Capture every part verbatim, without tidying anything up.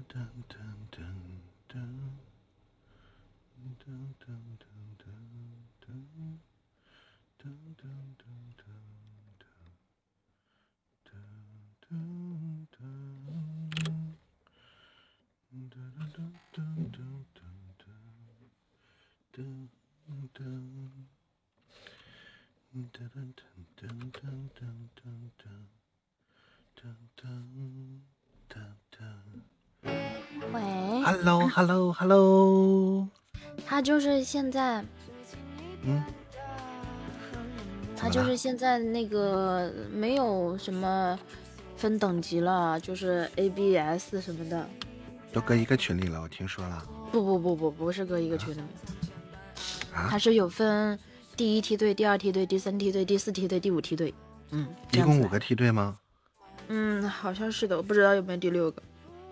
喂 ，Hello Hello Hello， 他就是现在， 嗯， 他就是现在那个没有什么分等级了，就是 A B S 什么的， 都搁一个群里了，我听说了。 不不不不不是搁一个群里面， 啊， 它是有分第一梯队、第二梯队、第三梯队、第四梯队、第五梯队，嗯， 一共五个梯队吗？ 嗯，好像是的，我不知道有没有第六个。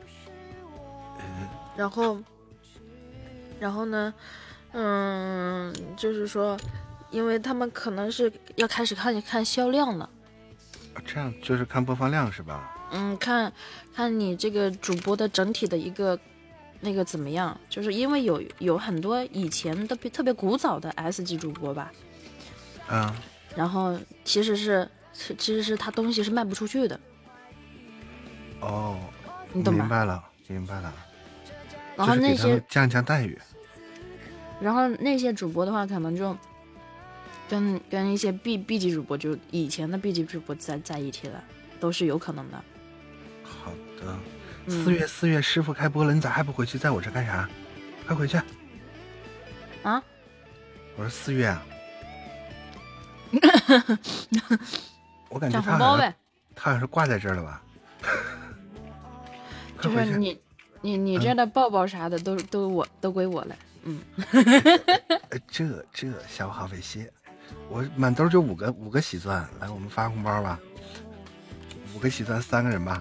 然后，然后呢，嗯，就是说，因为他们可能是要开始看看销量了。 这样就是看播放量是吧？ 嗯，看看你这个主播的整体的一个那个怎么样？就是因为有有很多以前的特别古早的 S 级主播吧， 嗯， 然后其实是其实是他东西是卖不出去的。 哦， 你懂吧？ 明白了，明白了。 然后那些、 就是、降降待遇， 然后那些主播的话，可能就跟跟一些 B B 级主播，就以前的 B 级主播在在一起了，都是有可能的。 好的， 嗯、 四月四月师傅开播了，你咋还不回去？在我这干啥？快回去！ 啊？ 我说四月啊，我感觉抢他好像红包呗， 他好像是挂在这儿了吧？ 就是你。你你这的抱抱啥的、嗯、都都我都归我了，嗯。 这这小好猥亵，我满兜就五个五个喜钻，来我们发红包吧，五个喜钻三个人吧。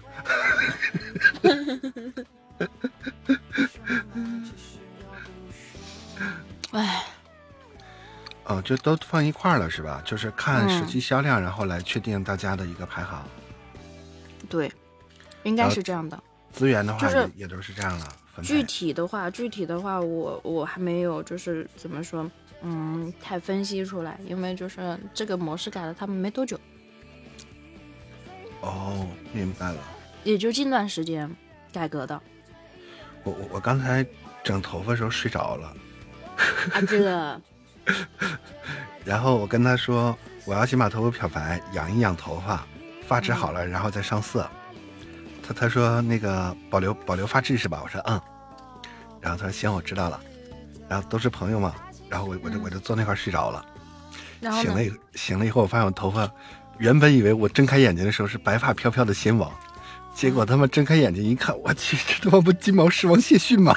哎， 哦，就都放一块儿了是吧？就是看实际销量、嗯，然后来确定大家的一个排行。 对，应该是这样的。 资源的话也、 就是、 也都是这样了。 具体的话，具体的话，我我还没有就是怎么说，嗯，太分析出来，因为就是这个模式改了，他们没多久。 哦，明白了。 也就近段时间改革的。 我我我刚才整头发的时候睡着了。 啊，这个。 然后我跟他说，我要先把头发漂白，养一养头发，发质好了，嗯、然后再上色。他他说那个保留保留发质是吧？我说嗯，然后他说行，我知道了。然后都是朋友嘛，然后我我就我就坐那块睡着了。 然后醒了以醒了以后，我发现我头发，原本以为我睁开眼睛的时候是白发飘飘的仙王，结果他们睁开眼睛一看，我去，这他妈不金毛狮王谢逊吗？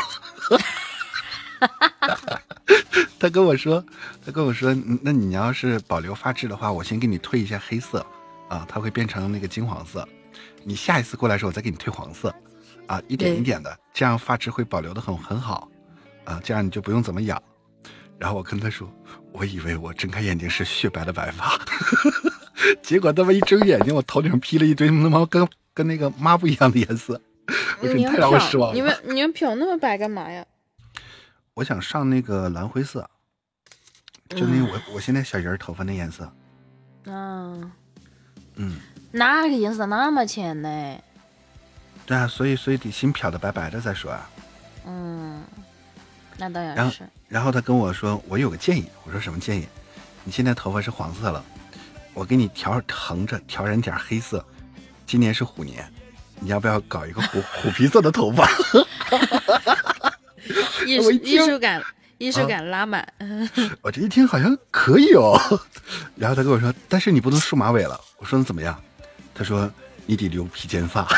他跟我说，他跟我说，那你要是保留发质的话，我先给你退一下黑色，啊，它会变成那个金黄色。你下一次过来的时候，我再给你退黄色，啊，一点一点的，这样发质会保留的很很好，啊，这样你就不用怎么养。然后我跟他说，我以为我睁开眼睛是雪白的白发，结果他妈一睁眼睛，我头顶披了一堆他妈跟跟那个抹布一样的颜色。我说你太让我失望了。 你们你们漂那么白干嘛呀？ 我想上那个蓝灰色，就那我、嗯、我现在小人头发那颜色。 嗯嗯。 哪个颜色那么浅呢？ 对啊，所以所以得先漂的白白的再说啊。 嗯，那当然是。 然后然后他跟我说，我有个建议。我说什么建议？你现在头发是黄色了，我给你调横着调染点黑色。今年是虎年，你要不要搞一个虎虎皮色的头发？ 艺术艺术感，艺术感拉满。啊、 我这一听好像可以哦。然后他跟我说，但是你不能梳马尾了。我说那怎么样？他说你得留披肩发。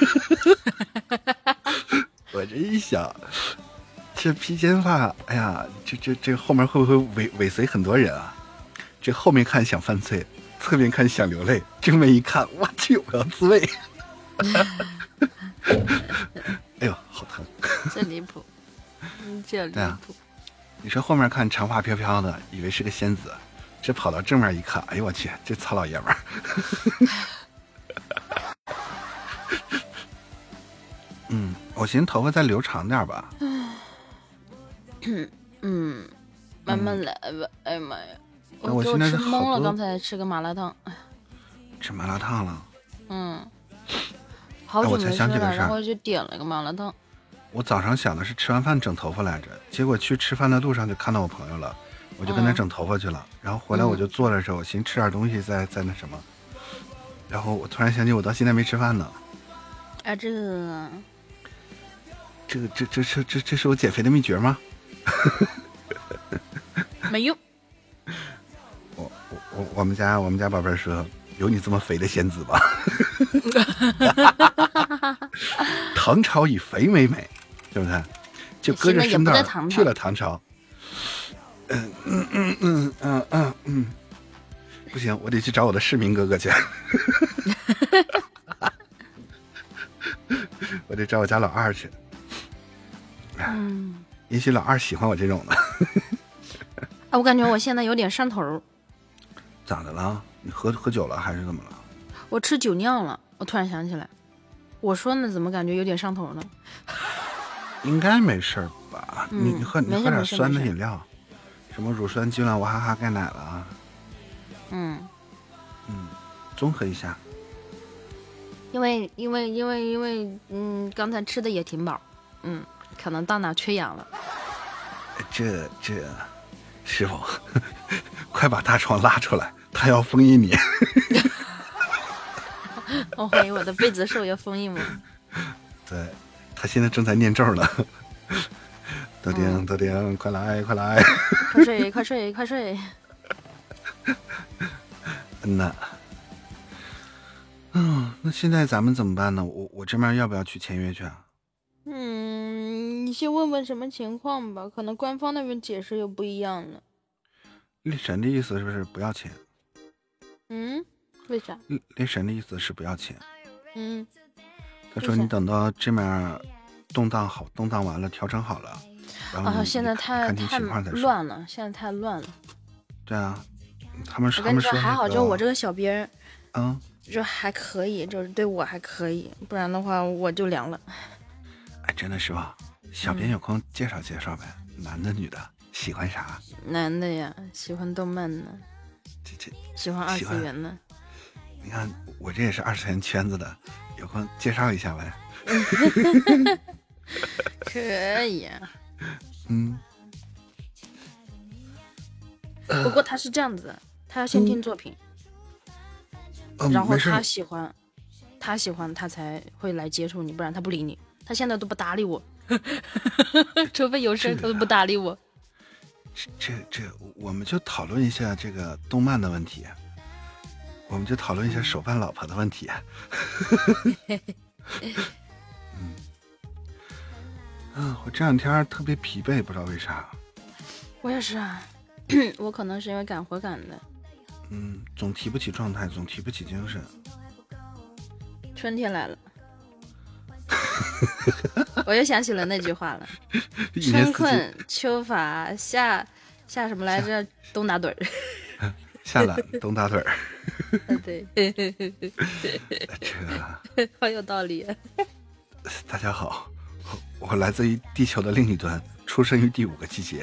我这一想，这披肩发，哎呀，这这这后面会不会尾尾随很多人啊？这后面看想犯罪，侧面看想流泪，正面一看，我去，我要自卫。哎呦，好疼！ 这离谱，这离谱、啊。 你说后面看长发飘飘的，以为是个仙子，这跑到正面一看，哎呦我去，这糙老爷们儿。嗯， 我寻思头发再留长点吧。 嗯，慢慢来吧。哎呀妈呀， 我给我现在是吃懵了， 好多刚才吃个麻辣烫。 吃麻辣烫了。 嗯，好久哎我才没吃了， 想起个事儿然后就点了个麻辣烫。 我早上想的是吃完饭整头发来着，结果去吃饭的路上就看到我朋友了，我就跟他嗯整头发去了。然后回来我就坐的时候，我寻思吃点东西再再那什么。然后我突然想起我到现在没吃饭呢。 啊，这这个这这是这这是我减肥的秘诀吗？ 没用。 我我我我们家我们家宝贝说，有你这么肥的仙子吧？唐朝以肥为美，对不对？就搁着身段去了唐朝。嗯嗯嗯嗯嗯嗯嗯，不行，我得去找我的市民哥哥去。我得找我家老二去。 嗯， 也许老二喜欢我这种的。 啊，我感觉我现在有点上头。 咋的了？你喝喝酒了还是怎么了？ 我吃酒酿了。我突然想起来，我说呢，怎么感觉有点上头呢？ 应该没事吧？ 嗯、 你你喝你喝点酸的饮料，什么乳酸菌了、娃哈哈钙奶了。 嗯嗯，综合一下。 因为因为因为因为嗯，刚才吃的也挺饱，嗯，可能到哪缺氧了。 这这，师傅，快把大床拉出来，他要封印你。 我怀疑我的贝子兽要封印我。 对，他现在正在念咒呢。豆丁豆丁，快来快来！ 快睡快睡快睡！ 嗯呐。嗯，那现在咱们怎么办呢？我我这边要不要去签约去啊？ 嗯，你先问问什么情况吧，可能官方那边解释又不一样了。 雷神的意思是不是不要钱？ 嗯，为啥？ 雷神的意思是不要钱。 嗯， 他说你等到这面动荡好，动荡完了，调整好了，然后啊，现在太太乱了，现在太乱了。 对啊，他们我跟你说， 说还好，就我这个小编， 嗯。 就还可以，就是对我还可以，不然的话我就凉了。 哎，真的是吧？小编有空介绍介绍呗，嗯、男的女的，喜欢啥？ 男的呀，喜欢动漫的， 这这喜欢二次元的。 你看我这也是二次元圈子的，有空介绍一下呗。 可以啊。 嗯。 不过他是这样子，他要先听作品。嗯嗯、 然后他喜欢，他喜欢他才会来接触你，不然他不理你。他现在都不搭理我，除非有事他都不搭理我。 这这这，我们就讨论一下这个动漫的问题，我们就讨论一下手办老婆的问题。嗯，嗯，我这两天特别疲惫，不知道为啥。 我也是啊，我可能是因为赶活赶的。 嗯，总提不起状态，总提不起精神。 春天来了，我又想起了那句话了：春困秋乏，夏夏什么来着？冬打盹儿。 夏懒冬打盹儿。 对， 这好有道理。 大家好，我来自于地球的另一端，出生于第五个季节。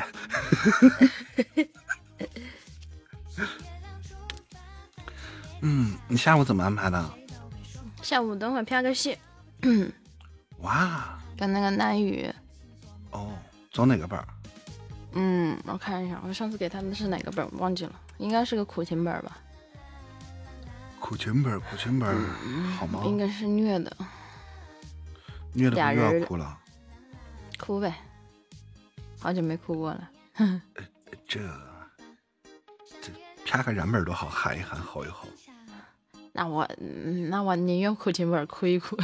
嗯，你下午怎么安排的？ 下午等会拍个戏。 哇， 跟那个南语。 哦，走哪个本儿？ 嗯，我看一下，我上次给他的是哪个本忘记了，应该是个苦情本吧。 苦情本，苦情本，嗯、好吗？ 应该是虐的。 虐的不又要哭了？ 哭呗，好久没哭过了。 这这啪个燃本多好，喊一喊，吼一吼。 那我那我宁愿苦情本哭一哭。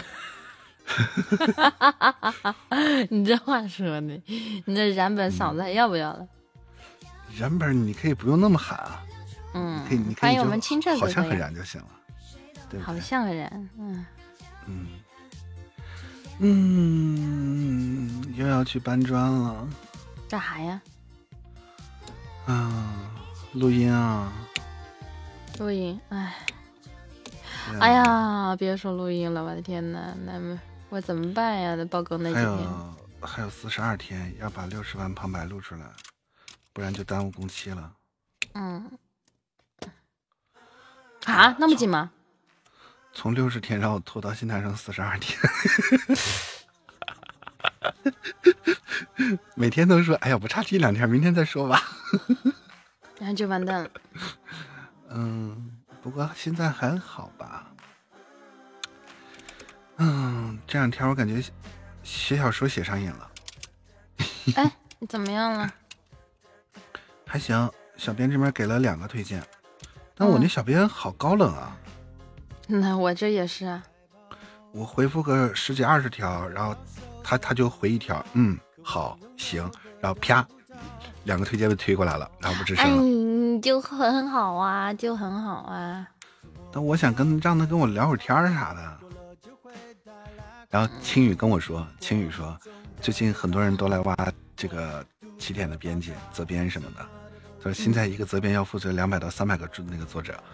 你这话说的，你这燃本嗓子还要不要了？ 燃本你可以不用那么喊啊。 嗯， 可以，你可以欢迎我们清澈哥哥， 好像很燃就行了。对不对？ 好像很燃，嗯嗯嗯，又要去搬砖了。 干啥呀？ 啊，录音啊。 录音，哎。哎呀，别说录音了，我的天哪！那么我怎么办呀？报更那几还天， 有还有四十二天，要把六十万旁白录出来，不然就耽误工期了。 嗯，啊，那么紧吗？ 从六十天让我拖到现在剩四十二天，每天都说，哎呀，不差这一两天，明天再说吧。 然后就完蛋了。 嗯，不过现在还好吧。嗯，这两天我感觉写小说写上瘾了。 哎，你怎么样了？ 还行，小编这边给了两个推荐，但我那小编好高冷啊。 嗯、那我这也是啊。 我回复个十几二十条，然后他他就回一条，嗯，好，行，然后啪，两个推荐被推过来了，然后不吱声了。 哎，就很好啊，就很好啊。 但我想跟让他跟我聊会儿天啥的。然后青雨跟我说，青雨说，最近很多人都来挖这个起点的编辑、责编什么的。他说现在一个责编要负责两百到三百个那个作者。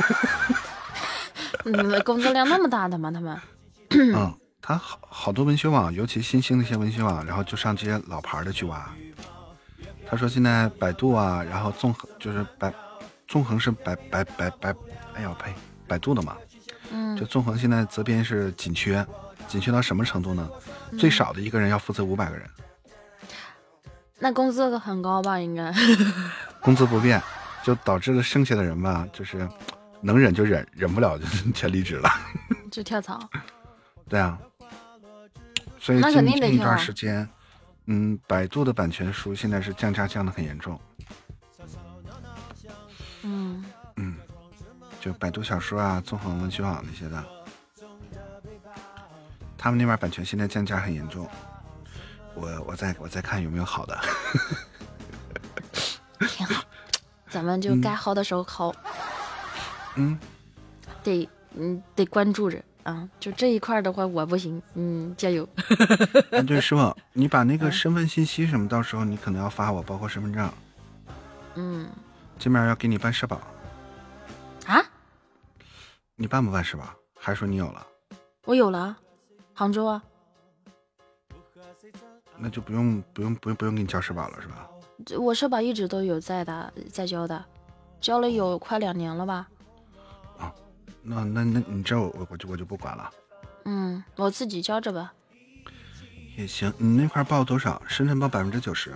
嗯，工作量那么大的吗？他们？ 嗯，他好好多文学网，尤其新兴的一些文学网，然后就上这些老牌的去挖。他说现在百度啊，然后纵横就是百纵横是百百百百，哎呀呸，百度的嘛。 嗯， 就纵横现在责编是紧缺。紧缺到什么程度呢？ 嗯、 最少的一个人要负责五百个人， 那工资很高吧？应该工资不变，就导致了剩下的人吧，就是能忍就忍，忍不了就全离职了， 就跳槽。 对啊，所以近近一段时间，嗯，百度的版权书现在是降价降得很严重。 嗯嗯，就百度小说啊、纵横文学网那些的。他们那边版权现在降价很严重，我我再我再看有没有好的。 挺好，咱们就该薅的时候薅。 嗯， 得嗯得关注着啊，就这一块的话我不行，嗯，加油。 哎，对，师傅，你把那个身份信息什么，到时候你可能要发我，包括身份证。 嗯， 这面要给你办社保。 啊？ 你办不办社保？还是说你有了？ 我有了。杭州啊， 那就不用不用不用不用给你交社保了是吧？ 我社保一直都有在的，在交的，交了有快两年了吧？ 啊，那那那你这我我就我就不管了。 嗯，我自己交着吧。 也行，你那块报多少？深圳报百分之九十。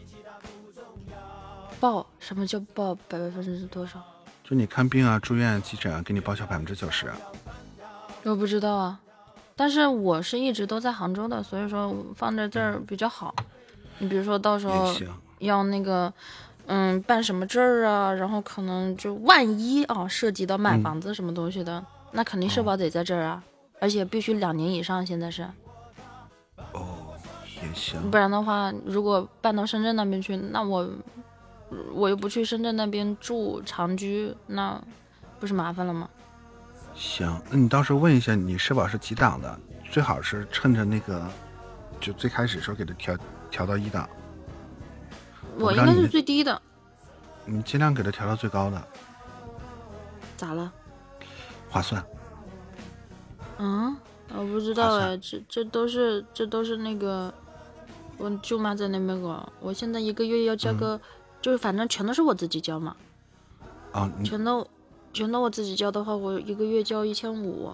报什么叫报百分之多少？ 就你看病啊、住院、急诊啊，给你报销百分之九十。 我不知道啊。但是我是一直都在杭州的，所以说放在这儿比较好。你比如说到时候要那个，嗯，办什么证儿啊，然后可能就万一啊涉及到买房子什么东西的，嗯、那肯定社保得在这儿啊，哦、而且必须两年以上。现在是。 哦，也行。 不然的话，如果办到深圳那边去，那我我又不去深圳那边住长居，那不是麻烦了吗？ 行，那你到时候问一下，你社保是几档的？最好是趁着那个，就最开始的时候给它调调到一档。 我应该是最低的。 你尽量给它调到最高的。 咋了？ 划算。 嗯，我不知道哎，这这都是这都是那个我舅妈在那边搞，我现在一个月要交个，嗯、就是反正全都是我自己交嘛。 哦， 全都。全都我自己交的话，我一个月交一千五，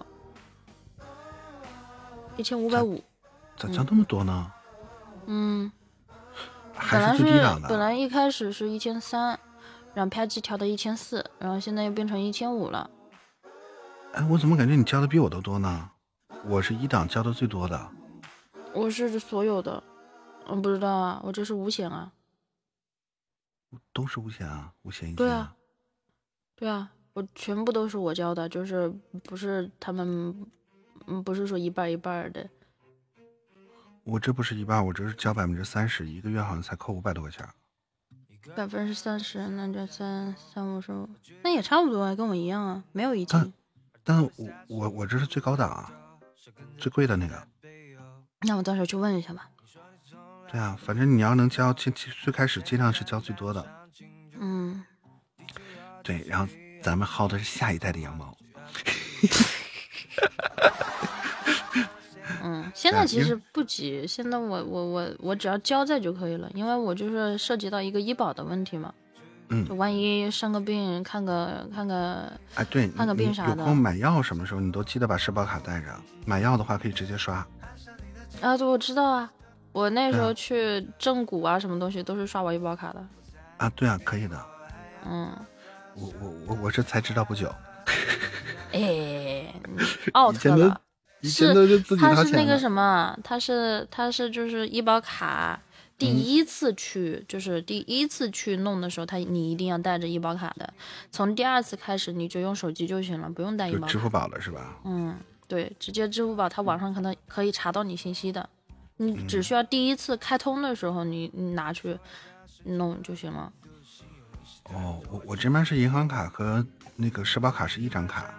一千五百五。 咋交那么多呢？ 嗯， 还是最低档的。 本来一开始是一千三，然后啪叽调到一千四，然后现在又变成一千五了。 哎，我怎么感觉你交的比我都多呢？我是一档交的最多的。 我是所有的，我不知道啊，我这是五险啊。 都是五险啊，五险一金。 对啊，对啊。我全部都是我交的，就是不是他们，嗯，不是说一半一半的。 我这不是一半，我这是交百分之三十，一个月好像才扣五百多块钱。 百分之三十，那就三三五十五，那也差不多啊，跟我一样啊，没有一金。 但我我我这是最高档啊，最贵的那个。 那我到时候去问一下吧。 对啊，反正你要能交，最最开始尽量是交最多的。 嗯。 对，然后。咱们薅的是下一代的羊毛。 嗯， 现在其实不急，现在我我我我只要交在就可以了，因为我就是涉及到一个医保的问题嘛。 嗯， 就万一生个病，看个看个， 哎，对， 看个病啥的。 有空买药什么时候你都记得把社保卡带着。买药的话可以直接刷。 啊，对，我知道啊，我那时候去正骨啊，什么东西都是刷我医保卡的。 啊，对啊，可以的。 嗯， 我我我我这才知道不久。 哎，out 了。是，他是那个什么，他是他是就是医保卡。第一次去、嗯、就是第一次去弄的时候，他你一定要带着医保卡的。从第二次开始，你就用手机就行了，不用带医保卡。 就支付宝了是吧？ 嗯，对，直接支付宝，它网上可能可以查到你信息的。你只需要第一次开通的时候，嗯、你你拿去弄就行了。 哦，我我这边是银行卡和那个社保卡是一张卡。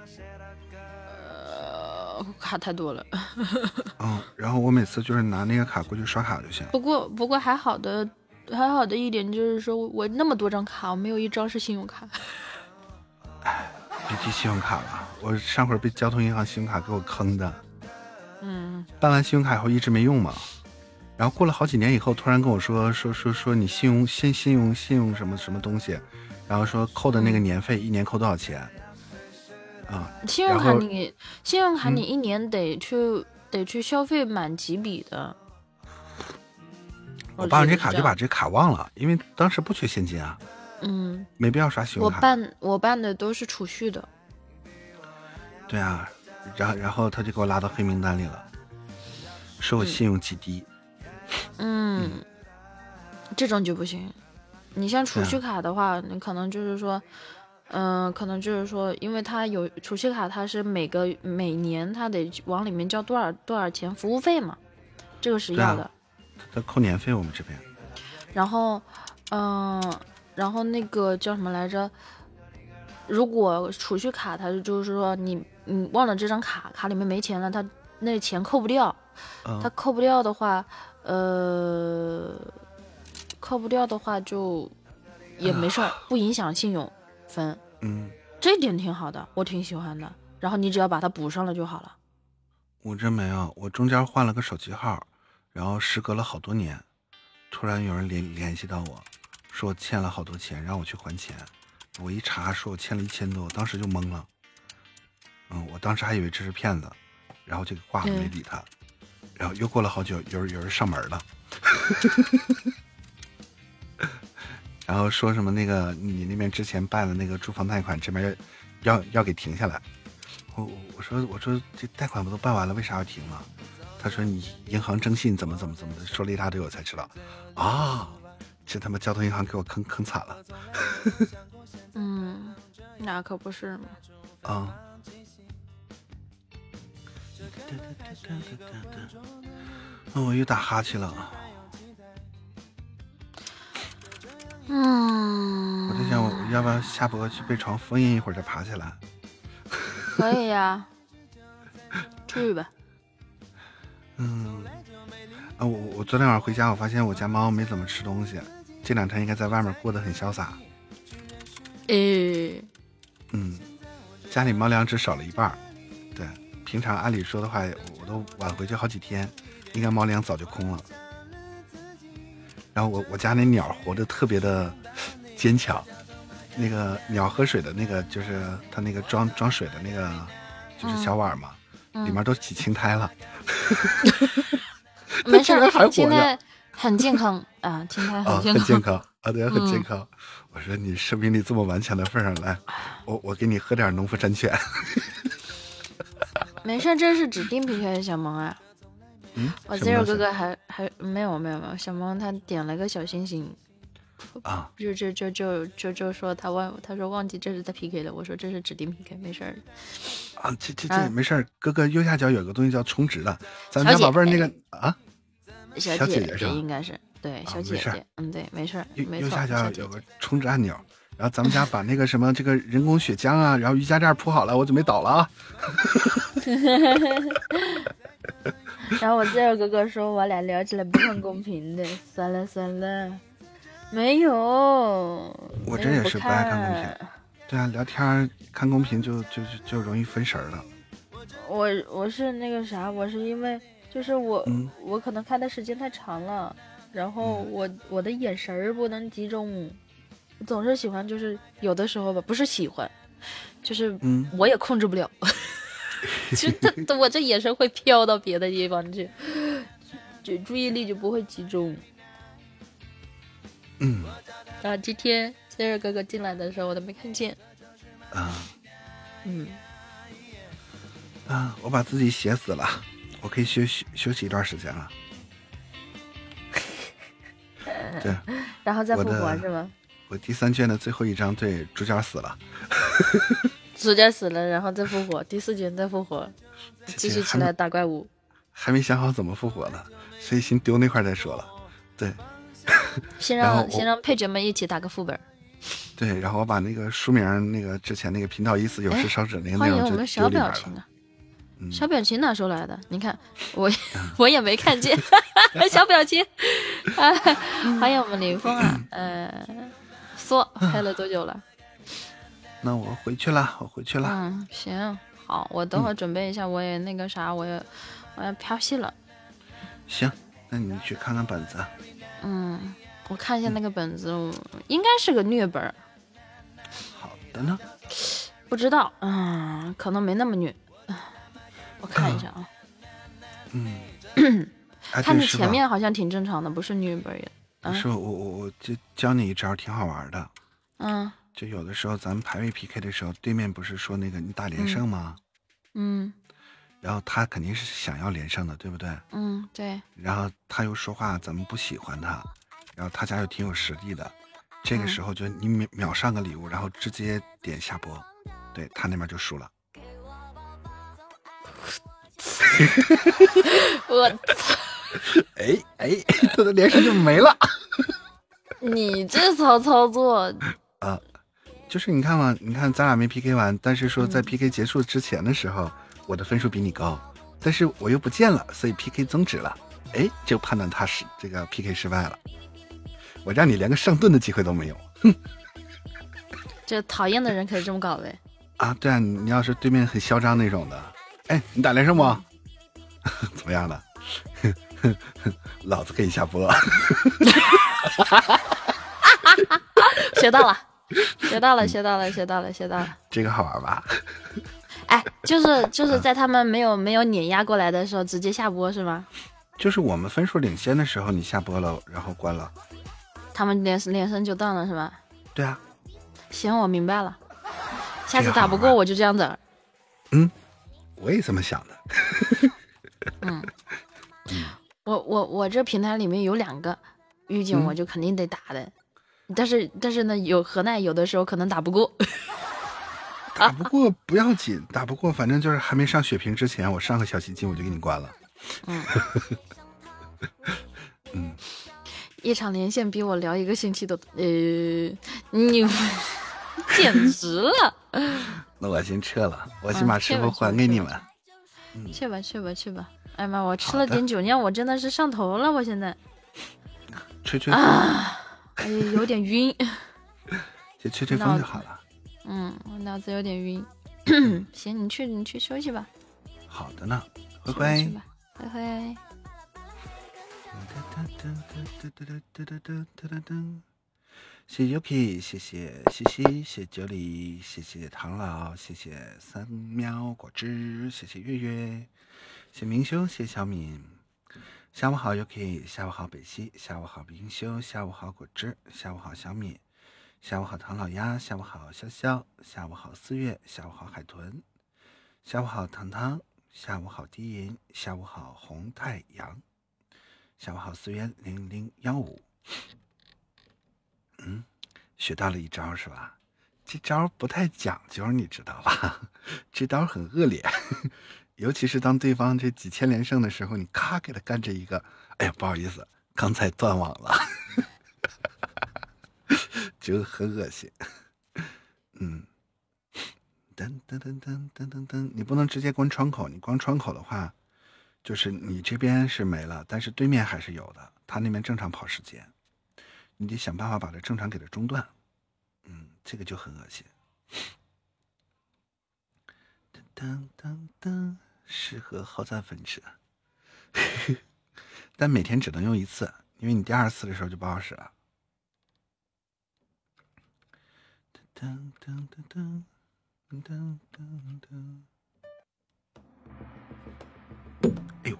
卡太多了。 嗯，然后我每次就是拿那个卡过去刷卡就行。 不过不过还好的还好的一点就是说，我那么多张卡，我没有一张是信用卡。 哎，别提信用卡了，我上回被交通银行信用卡给我坑的。 嗯， 办完信用卡以后一直没用嘛，然后过了好几年以后，突然跟我说说说说你信用信信用信用什么什么东西，然后说扣的那个年费、嗯、一年扣多少钱。啊， 信用卡你信用卡你一年得去、嗯、得去消费满几笔的。 我办完这卡就把这卡忘了，因为当时不缺现金啊。 嗯， 没必要刷信用卡。 我办我办的都是储蓄的。 对啊，然后然后他就给我拉到黑名单里了，说我信用极低。 嗯，嗯这种就不行。你像储蓄卡的话，你可能就是说。嗯、呃，可能就是说，因为它有储蓄卡，它是每个每年它得往里面交多少多少钱服务费嘛，这个是要的。 它、啊、扣年费我们这边。 然后，嗯、呃，然后那个叫什么来着？如果储蓄卡它就是说你你忘了这张卡，卡里面没钱了，它那钱扣不掉， 嗯、 它扣不掉的话，呃，扣不掉的话就也没事儿，不影响信用。分， 嗯， 这点挺好的，我挺喜欢的。然后你只要把它补上了就好了。 我这没有，我中间换了个手机号，然后时隔了好多年，突然有人联联系到我，说我欠了好多钱，让我去还钱。我一查，说我欠了一千多，我当时就懵了。嗯，我当时还以为这是骗子，然后就给挂了，没理他。然后又过了好久，有人有人上门了。然后说什么那个你那边之前办的那个住房贷款这边要要给停下来，我我说我说这贷款不都办完了，为啥要停啊？他说你银行征信怎么怎么怎么的，说了一大堆，我才知道啊，这他妈交通银行给我坑坑惨了。 嗯，那可不是嘛。 啊。哦，我又打哈欠了。 嗯， 我在想，我要不要下播去被床封印一会儿再爬起来？ 可以呀，去吧。 嗯，啊，我我昨天晚上回家，我发现我家猫没怎么吃东西，这两天应该在外面过得很潇洒。 诶， 嗯，家里猫粮只少了一半。对，平常按理说的话，我都晚回去好几天，应该猫粮早就空了。然后我我家那鸟活得特别的坚强，那个鸟喝水的那个就是它那个装装水的那个就是小碗嘛，嗯、里面都起青苔了。 没事，青苔很健康啊，青苔很健康， 啊、很健康啊，对，很健康。嗯、我说你生命力这么顽强的份上来，我我给你喝点农夫山泉。 没事，这是指定 P K 的小萌啊。 嗯， 我 Zero 哥哥还还没有没有没有，小萌他点了个小星星啊， 就就就就就就说他忘他说忘记这是在 P K 的，我说这是指定 P K， 没事儿啊，这这这、啊、没事儿，哥哥右下角有个东西叫充值的，咱们家宝贝儿那个啊， 小姐姐应该是对小姐姐，啊、嗯对，没事儿， 右没右下角有个充值按钮，然后咱们家把那个什么这个人工血浆啊，然后瑜伽垫铺好了，我准备倒了啊。 然后我这个哥哥说我俩聊起来不很公平的，算了算了，没有， 我这也是不爱看公屏。对啊，聊天看公屏就就就就容易分神了。 我我是那个啥，我是因为就是我、 嗯、 我可能看的时间太长了，然后我、嗯、我的眼神儿不能集中，我总是喜欢就是有的时候吧，不是喜欢，就是我也控制不了，嗯、就我这眼神会飘到别的地方去，就注意力就不会集中。 嗯， 然后今天杰尔哥哥进来的时候我都没看见。 啊， 嗯， 啊，我把自己写死了，我可以休息休息一段时间了。对， 然后再复活是吗？ 我第三卷的最后一章，对，主角死了， 主角死了，然后再复活，第四卷再复活，继续起来打怪物。 还没想好怎么复活呢，所以先丢那块再说了。对， 先让先让配角们一起打个副本。 对，然后我把那个书名那个之前那个频道一死有时烧纸那个内容就丢里边了。欢迎我们小表情啊！嗯、小表情哪时候来的？你看我我也没看见小表情。啊、欢迎我们林峰啊！呃，说拍了多久了？ 那我回去了，我回去了。 嗯，行，好，我等会儿准备一下，我也那个啥，我也我要拍戏了。 行，那你去看看本子。 嗯，我看一下那个本子，嗯、应该是个虐本。 好的呢。 不知道，嗯，可能没那么虐。我看一下啊。 嗯。 看着前面好像挺正常的，不是虐本也。 不是，我我我就教你一招，挺好玩的。 嗯。 就有的时候咱们排位 P K 的时候，对面不是说那个你打连胜吗？ 嗯。 然后他肯定是想要连胜的，对不对？ 嗯，对。 然后他又说话，咱们不喜欢他，然后他家又挺有实力的，这个时候就你秒秒上个礼物，然后直接点下播，对他那边就输了。 我操！ 哎哎，他的连胜就没了。 你这操操作啊！就是你看嘛，你看咱俩没 P K 完，但是说在 P K 结束之前的时候，嗯、我的分数比你高，但是我又不见了，所以 P K 终止了。哎，就判断他是这个 P K 失败了，我让你连个上盾的机会都没有。哼， 这讨厌的人可以这么搞呗？ 啊，对啊，你要是对面很嚣张那种的，哎，你打连胜不？嗯、怎么样的？老子可以下播。 学到了。学到了，学到了，学到了，学到了。 这个好玩吧？ 哎，就是就是在他们没有没有碾压过来的时候，直接下播是吗？ 就是我们分数领先的时候，你下播了，然后关了， 他们连连胜就断了是吧？ 对啊。 行，我明白了。下次打不过我就这样子。 嗯，我也这么想的。 嗯，我我我这平台里面有两个预警，我就肯定得打的。嗯，但是但是呢，有何奈有的时候可能打不过， 打不过不要紧，打不过反正就是还没上血瓶之前，我上个小奇迹我就给你关了。 嗯嗯， 一场连线比我聊一个星期都呃，你简直了。 那我先撤了，我先把师傅还给你们。 嗯、去吧去吧去吧！哎妈，我吃了点酒酿，我真的是上头了，我现在。 吹吹啊！哎，有点晕， 就吹吹风就好了。 嗯，我脑子有点晕。行，你去，你去休息吧。 好的呢，灰灰。 去吧，灰灰。 谢谢 Yuki， 谢谢西西，谢谢九里，谢谢唐老，谢谢三喵果汁，谢谢月月，谢谢明修，谢谢小敏。下午好 Yuki， 下午好北西，下午好明修，下午好果汁，下午好小敏，下午好唐老鸭，下午好潇潇，下午好四月，下午好海豚，下午好糖糖，下午好低吟，下午好红太阳，下午好四月零零幺五。嗯，学到了一招是吧？这招不太讲究，你知道吧？这招很恶劣。尤其是当对方这几千连胜的时候，你咔给他干这一个，哎呀，不好意思，刚才断网了，就很恶心。嗯，噔噔噔噔噔噔噔，你不能直接关窗口，你关窗口的话，就是你这边是没了，但是对面还是有的，他那边正常跑时间，你得想办法把它正常给它中断。嗯，这个就很恶心。噔噔噔噔。适合好战分车， 但每天只能用一次，因为你第二次的时候就不好使了。噔噔噔噔噔噔噔，哎呦！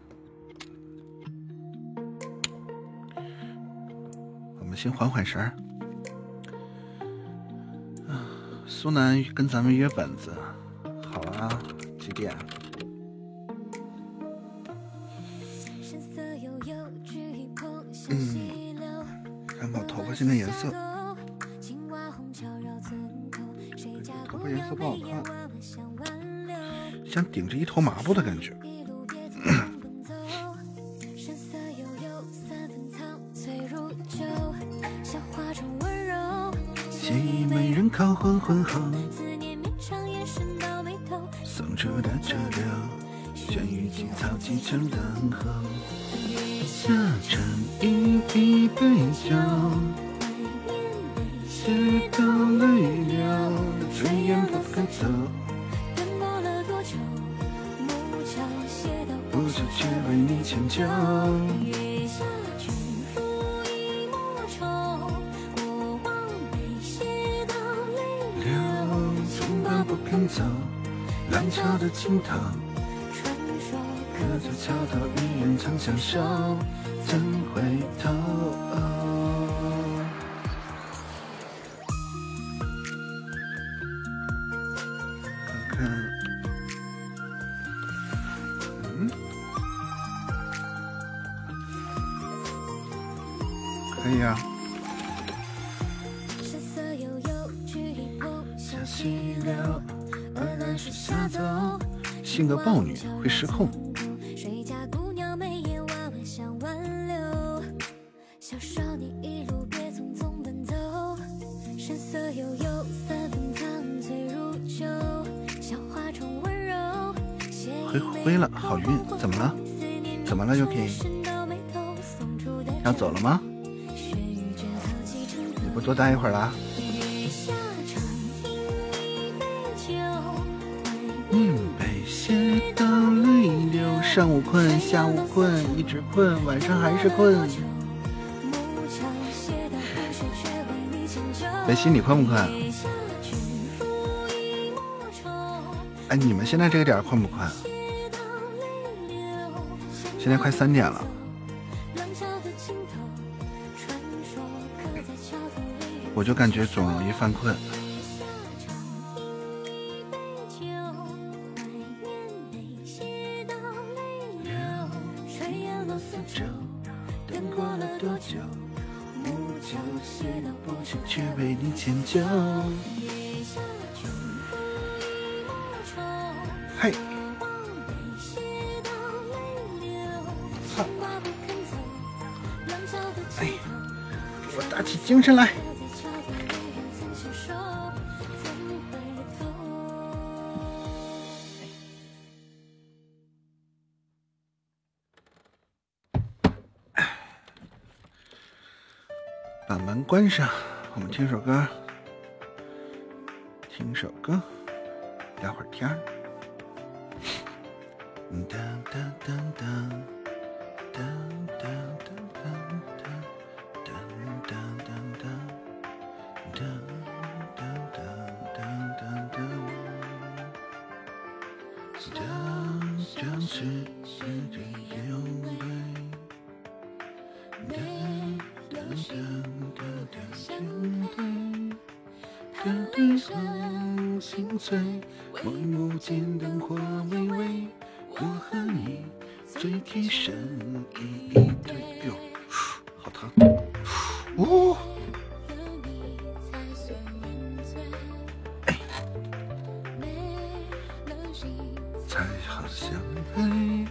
我们先缓缓神儿。啊，苏南跟咱们约本子，好啊，几点？嗯，看看我头发现在颜色。头发颜色不好看，像顶着一头麻布的感觉。建议没人靠昏昏后，送出的车辆，旋雨几草几成等候，下成一滴杯酒。直到泪流，炊烟不肯走。不知却为你迁就。月下君拂一抹愁，过往没写到泪流。纵马不肯走，浪潮的尽头。传说隔着桥头，一人曾相守，怎回头？可以啊。性格暴女，会失控。回回了，好运，怎么了？怎么了 ，Yuki？ 要走了吗？你不多待一会儿啦？宁被写到泪流，上午困，下午困，一直困，晚上还是困。北西，你困不困？哎，你们现在这个点困不困？现在快三点了。我就感觉总容易犯困。却为你迁就。嘿，哈，哎，给我打起精神来！把门关上。我们听首歌，听首歌，聊会儿天儿。哒哒哒哒哒哒哒哒哒哒哒哒哒哒哒哒。这就是时间流泪。哒哒哒哒哒。的对后心碎，帷幕间灯火微微，我和你最贴身一对。哎呦，好疼！哦，哎，才好相配。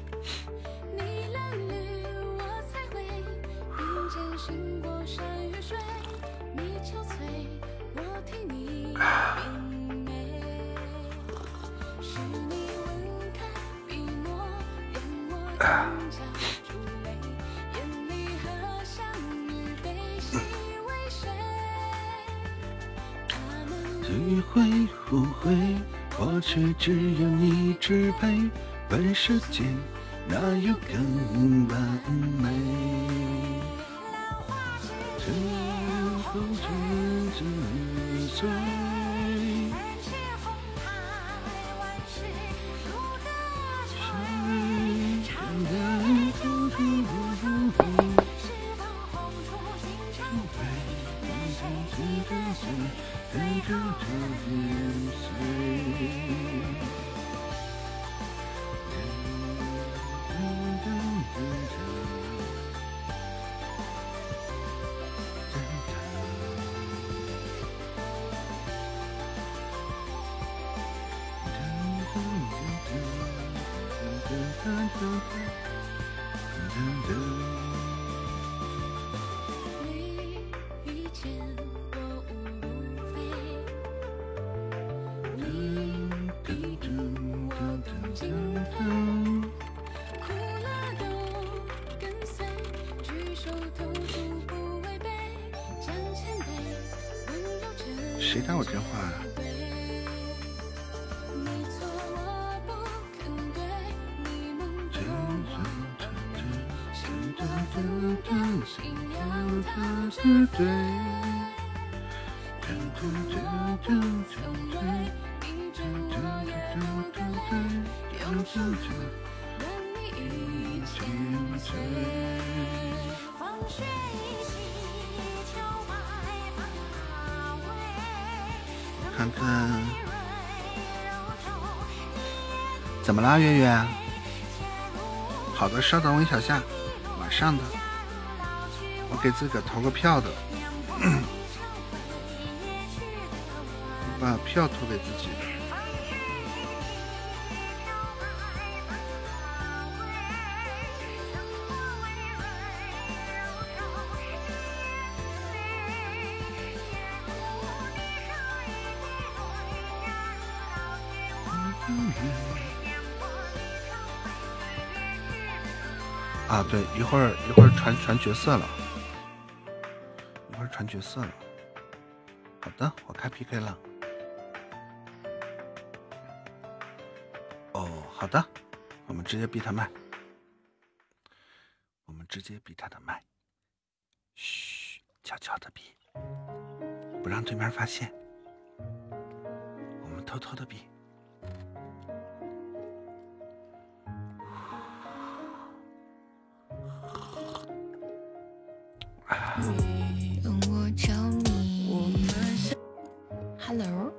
迂回互惠，或许只有你支配。本世间哪有更完美？最后只是醉。谁打我电话啊？看看怎么啦，月月？好的，稍等我一小下，马上的。我给自个投个票的，我把票投给自己的。啊，对，一会儿一会儿传传角色了，一会儿传角色了。好的，我开 P K 了。哦，好的，我们直接闭他麦，我们直接闭他的麦，嘘，悄悄的闭，不让对面发现，我们偷偷的闭。 Hello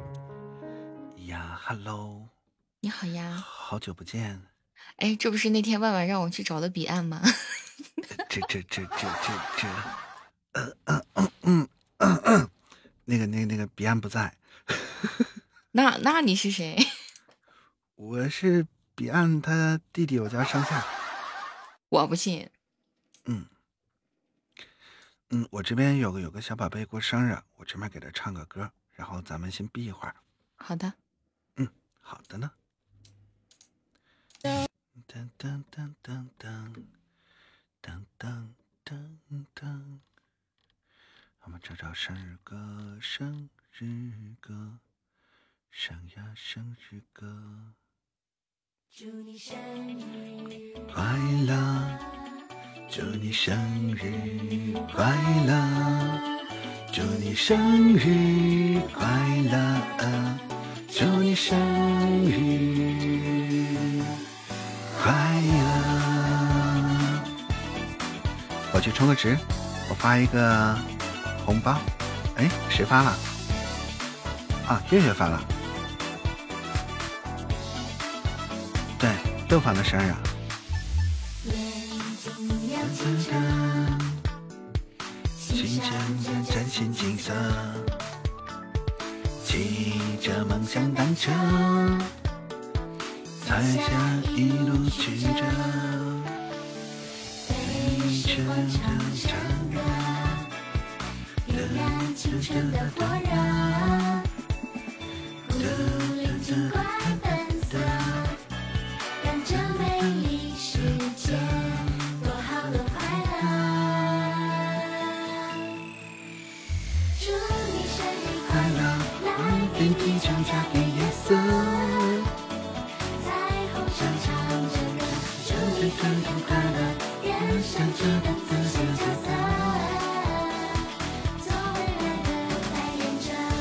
呀 ，Hello， 你好呀， 好久不见。 哎，这不是那天万万让我去找的彼岸吗？ 这这这这这这，呃呃嗯嗯嗯嗯，那个那个那个彼岸不在。 那那你是谁？ 我是彼岸他弟弟，我叫盛夏。 我不信。 嗯。嗯，我这边有个有个小宝贝过生日，我这边给他唱个歌，然后咱们先闭一会儿。 好的。 嗯，好的呢。噔噔噔噔噔噔噔噔噔，我们找找生日歌，生日歌，唱呀生日歌。祝你生日快乐。祝你生日快乐，祝你生日快乐，祝你生日快乐。我去充个值，我发一个红包。哎，谁发了？啊，月月发了。对，又发了生日。星辰展现景色，骑着梦想单车，彩霞一路曲折，飞驰着长歌，月亮清澈的多热，无论尽快奔走，让这美丽世界多好多快乐。祝你生日快乐，来点啤酒加点颜色，彩虹上唱着歌，祝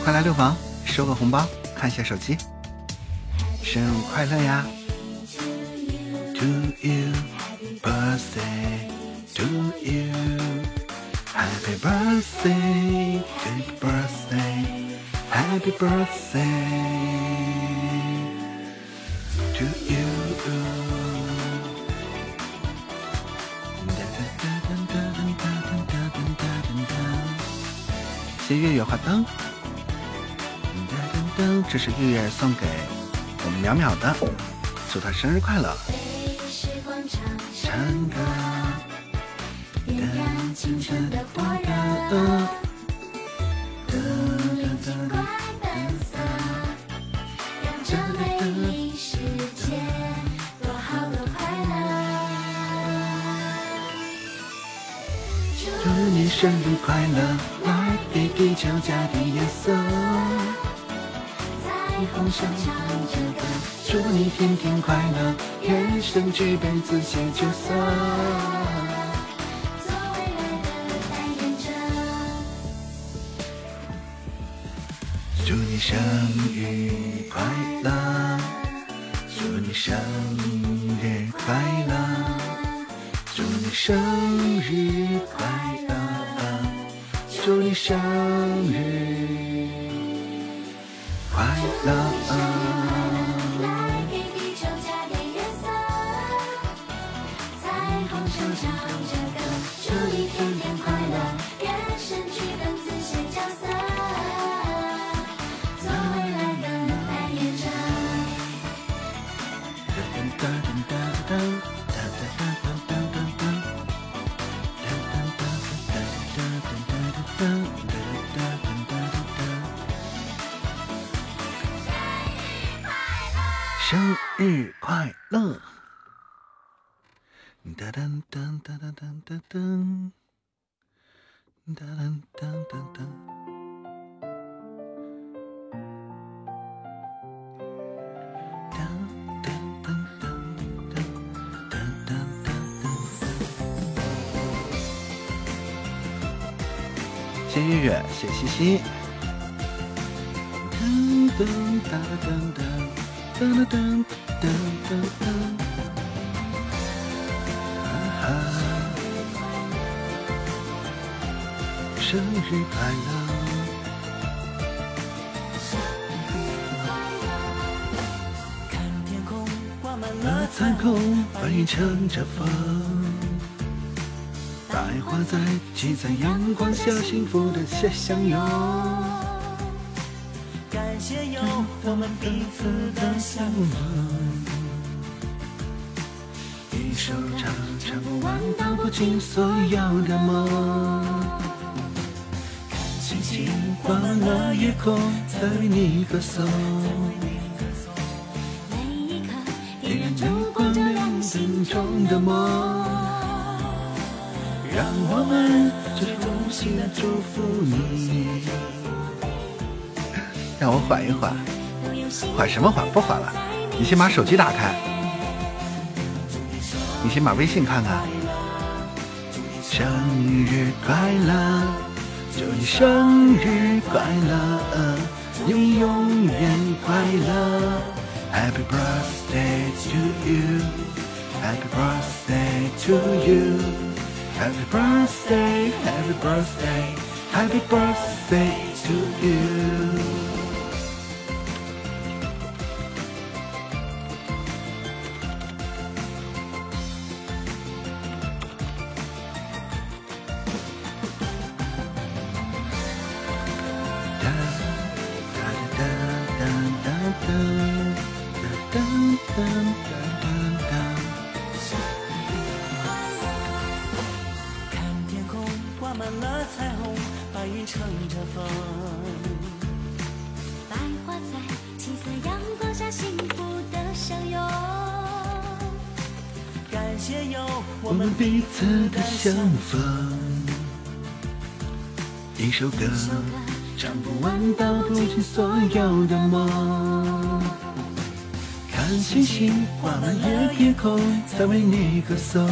快来六房收个红包，看一下手机。生日快乐呀 ！To you, birthday to you, happy birthday, happy birthday, happy birthday to you. 谢月月花灯，这是月月送给我们淼淼的，祝她生日快乐。唱歌，祝你生日快乐，来给地球加点颜色。彩虹上唱着歌，祝你天天快乐，人生举杯自写角色。做未来的代言者。祝你生日快乐，祝你生日快乐，祝你生日快乐，祝你生日快乐。来给地球加点颜色，彩虹上唱着歌，祝你天天快乐，人生剧本自写角色，做未来的代言者。生日快乐！哒噔噔哒噔噔噔噔，哒噔噔噔噔。谢月月，谢西西。噔噔哒噔噔。噔噔噔噔噔噔，啊！生日快乐！看天空挂满了彩虹，翻云乘着风，百花在挤在阳光下，幸福的下相拥。感谢有我们彼此的相逢，一首唱唱不完道不尽所有的梦。看星星挂满了夜空，在为你歌颂。每一刻点燃烛光照亮心中的梦，让我们最衷心的祝福你。让我缓一缓，缓什么缓？不缓了，你先把手机打开，你先把微信看看。生日快乐，祝你生日快乐，你永远快乐。Happy birthday to you, Happy birthday to you, Happy birthday, Happy birthday, Happy birthday to you.一首歌唱不完道不尽所有的梦，看星星挂满了夜空，在为你歌颂。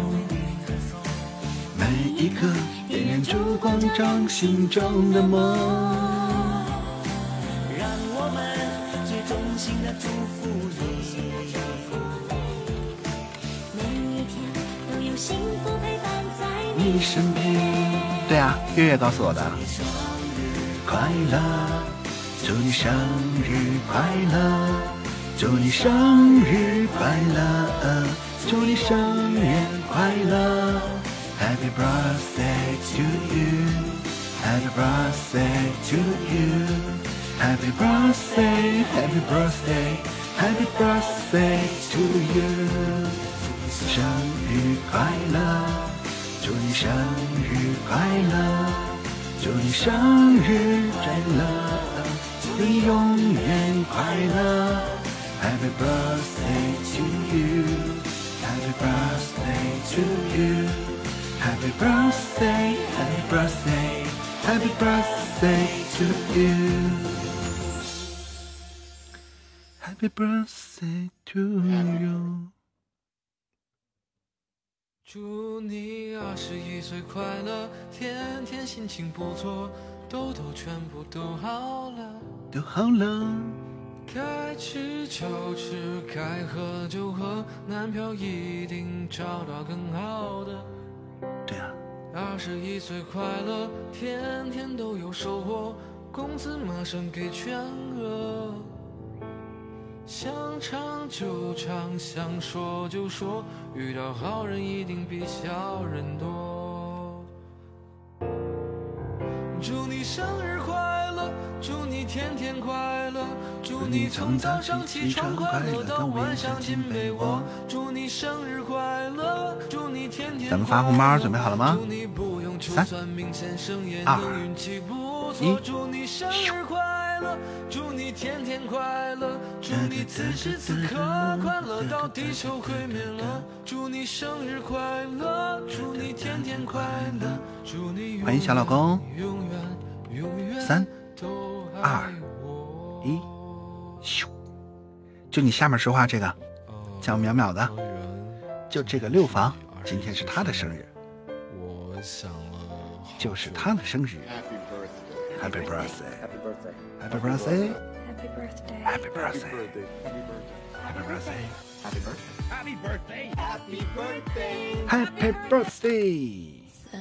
每一刻点燃烛光照心中的梦， 你身边。对啊，月月告诉我的。快乐，祝你生日快乐，祝你生日快乐，祝你生日快乐 ，Happy birthday to you，Happy birthday to you，Happy birthday，Happy birthday，Happy birthday to you， 生日快乐，祝你生日快乐，祝你生日快乐，祝你永远快乐。Happy birthday to you, Happy birthday to you, Happy birthday, Happy birthday, Happy birthday to you, Happy birthday to you。 祝你二十一岁快乐，天天心情不错，痘痘全部都好了， 都好了。 该吃就吃，该喝就喝，男票一定找到更好的。 对啊。 二十一岁快乐，天天都有收获，工资马上给全额。想唱就唱，想说就说，遇到好人一定比小人多。祝你生日快乐，祝你天天快乐，祝你从早上起床快乐到晚上进被窝。祝你生日快乐，祝你天天快乐。 咱们发红包准备好了吗？三、二、一。 祝你生日快乐，祝你天天快乐，祝你此时此刻快乐到地球毁灭了。祝你生日快乐，祝你天天快乐，祝你欢迎小老公。 永远永远三、二、一，咻！就你下面说话这个，叫淼淼的，就这个六房，今天是他的生日， 我想了， 就是他的生日。Happy birthday! Happy birthday! Happy birthday! Happy birthday! Happy birthday! Happy birthday! Happy birthday! Happy birthday!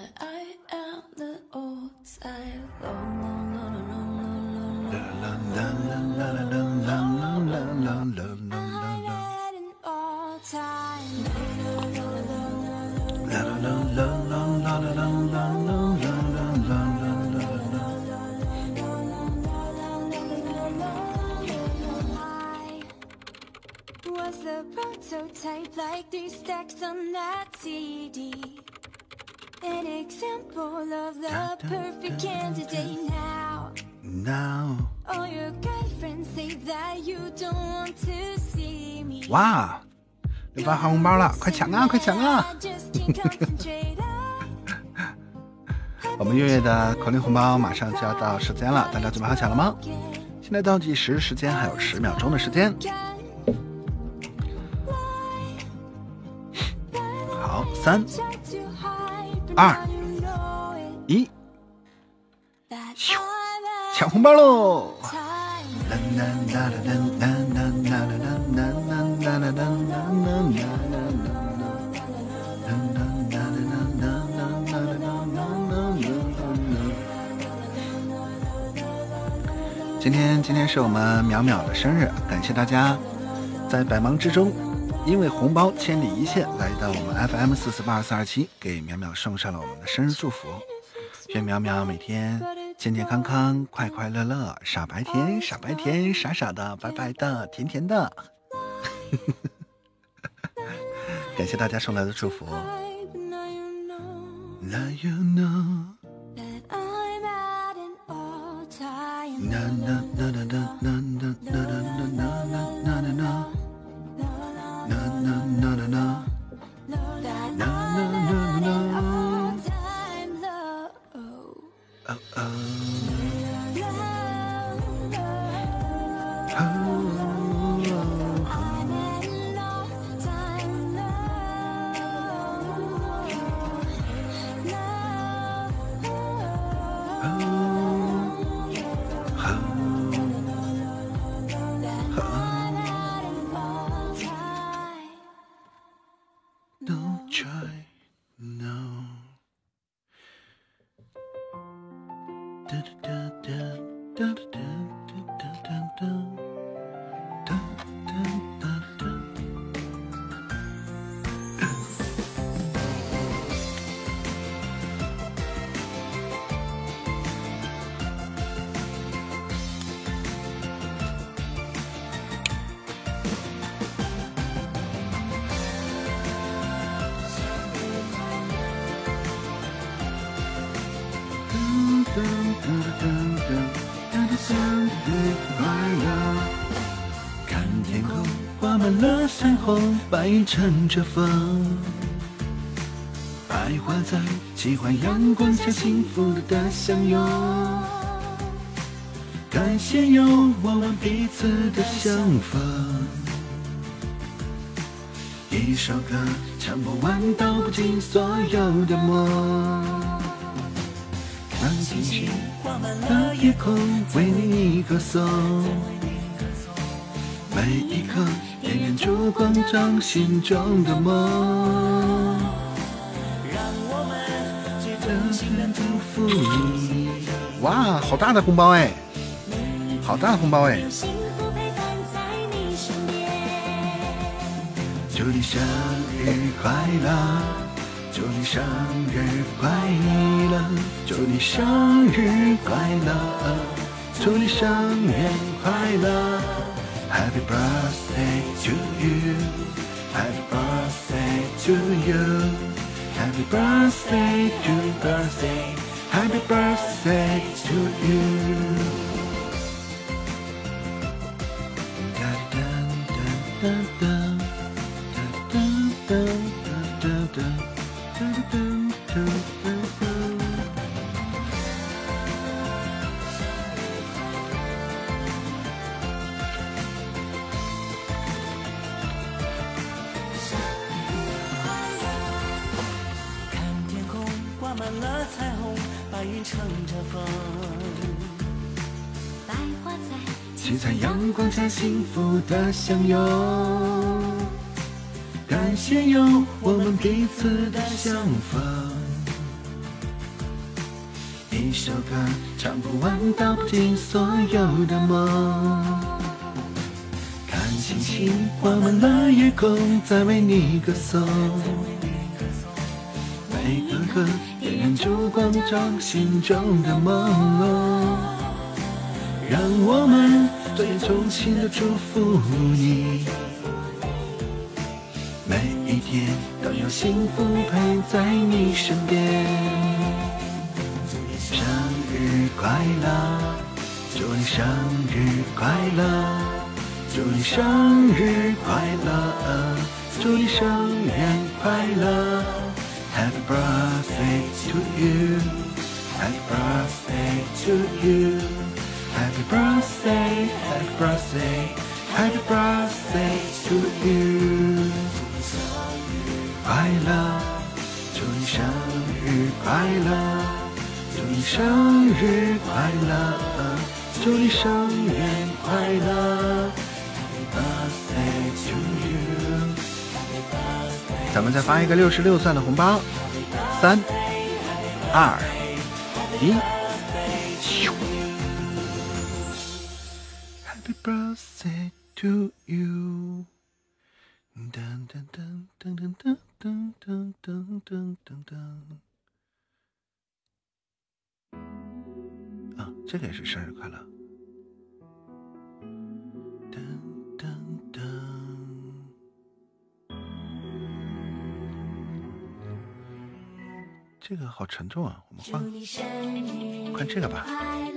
The prototype like these stacks on that C D, an example of the perfect candidate now. Now. All your girlfriends say that you don't want to see me. 哇，又发红包了，快抢啊，快抢啊！我们月月的口令红包马上就要到时间了，大家准备好抢了吗？现在倒计时时间还有十秒钟的时间。好，三、二、一，咻，抢红包喽！今天今天是我们淼淼的生日，感谢大家在百忙之中因为红包千里一线来到我们 F M 四四八二四二七，给淼淼送上了我们的生日祝福。愿淼淼每天健健康康、快快乐乐，傻白甜傻白甜，傻傻的白白的甜甜的。感谢大家送来的祝福。Now you know that I'm at an all time na na na na na na na na na na na Na na na na na na na na na oh oh Don't try 看天空挂满了彩虹，白云乘着风，百花在奇幻阳光下幸福的相拥。感谢有我们彼此的相逢，一首歌唱不完道不尽所有的梦。让星星挂满了夜空，为你歌颂。每一刻点燃烛光，照心中的梦。让我们最真心的祝福你。哇，好大的红包哎！好大的红包哎！祝你生日快乐！祝你生日快乐！祝你生日快乐！祝你生日快乐 ！Happy birthday to you! Happy birthday to you! Happy birthday to birthday! Happy birthday to you! 哒哒哒哒哒哒哒哒哒。看天空挂满了彩虹，白云乘着风，百花在七彩阳光下幸福的相拥。感谢有我们彼此的相逢，一首歌唱不完道不尽所有的梦。看星星挂满了夜空，在为你歌颂。每个歌点燃烛光，照心中的梦。让我们最衷心的祝福你。每一天都有幸福陪在你身边。生日快乐，祝你生日快乐，祝你生日快乐，祝你生日快乐。Happy birthday to you, Happy birthday to you, Happy birthday, Happy birthday, Happy birthday to you.快乐，祝你生日快乐，祝你生日快乐，祝你生日快乐 ，Happy birthday to you。咱们再发一个六十六钻的红包，三、二、一，咻 ！Happy birthday to you。噔噔噔噔噔噔噔噔噔噔噔噔。啊，这个也是生日快乐。噔噔噔。这个好沉重啊，我们换换这个吧。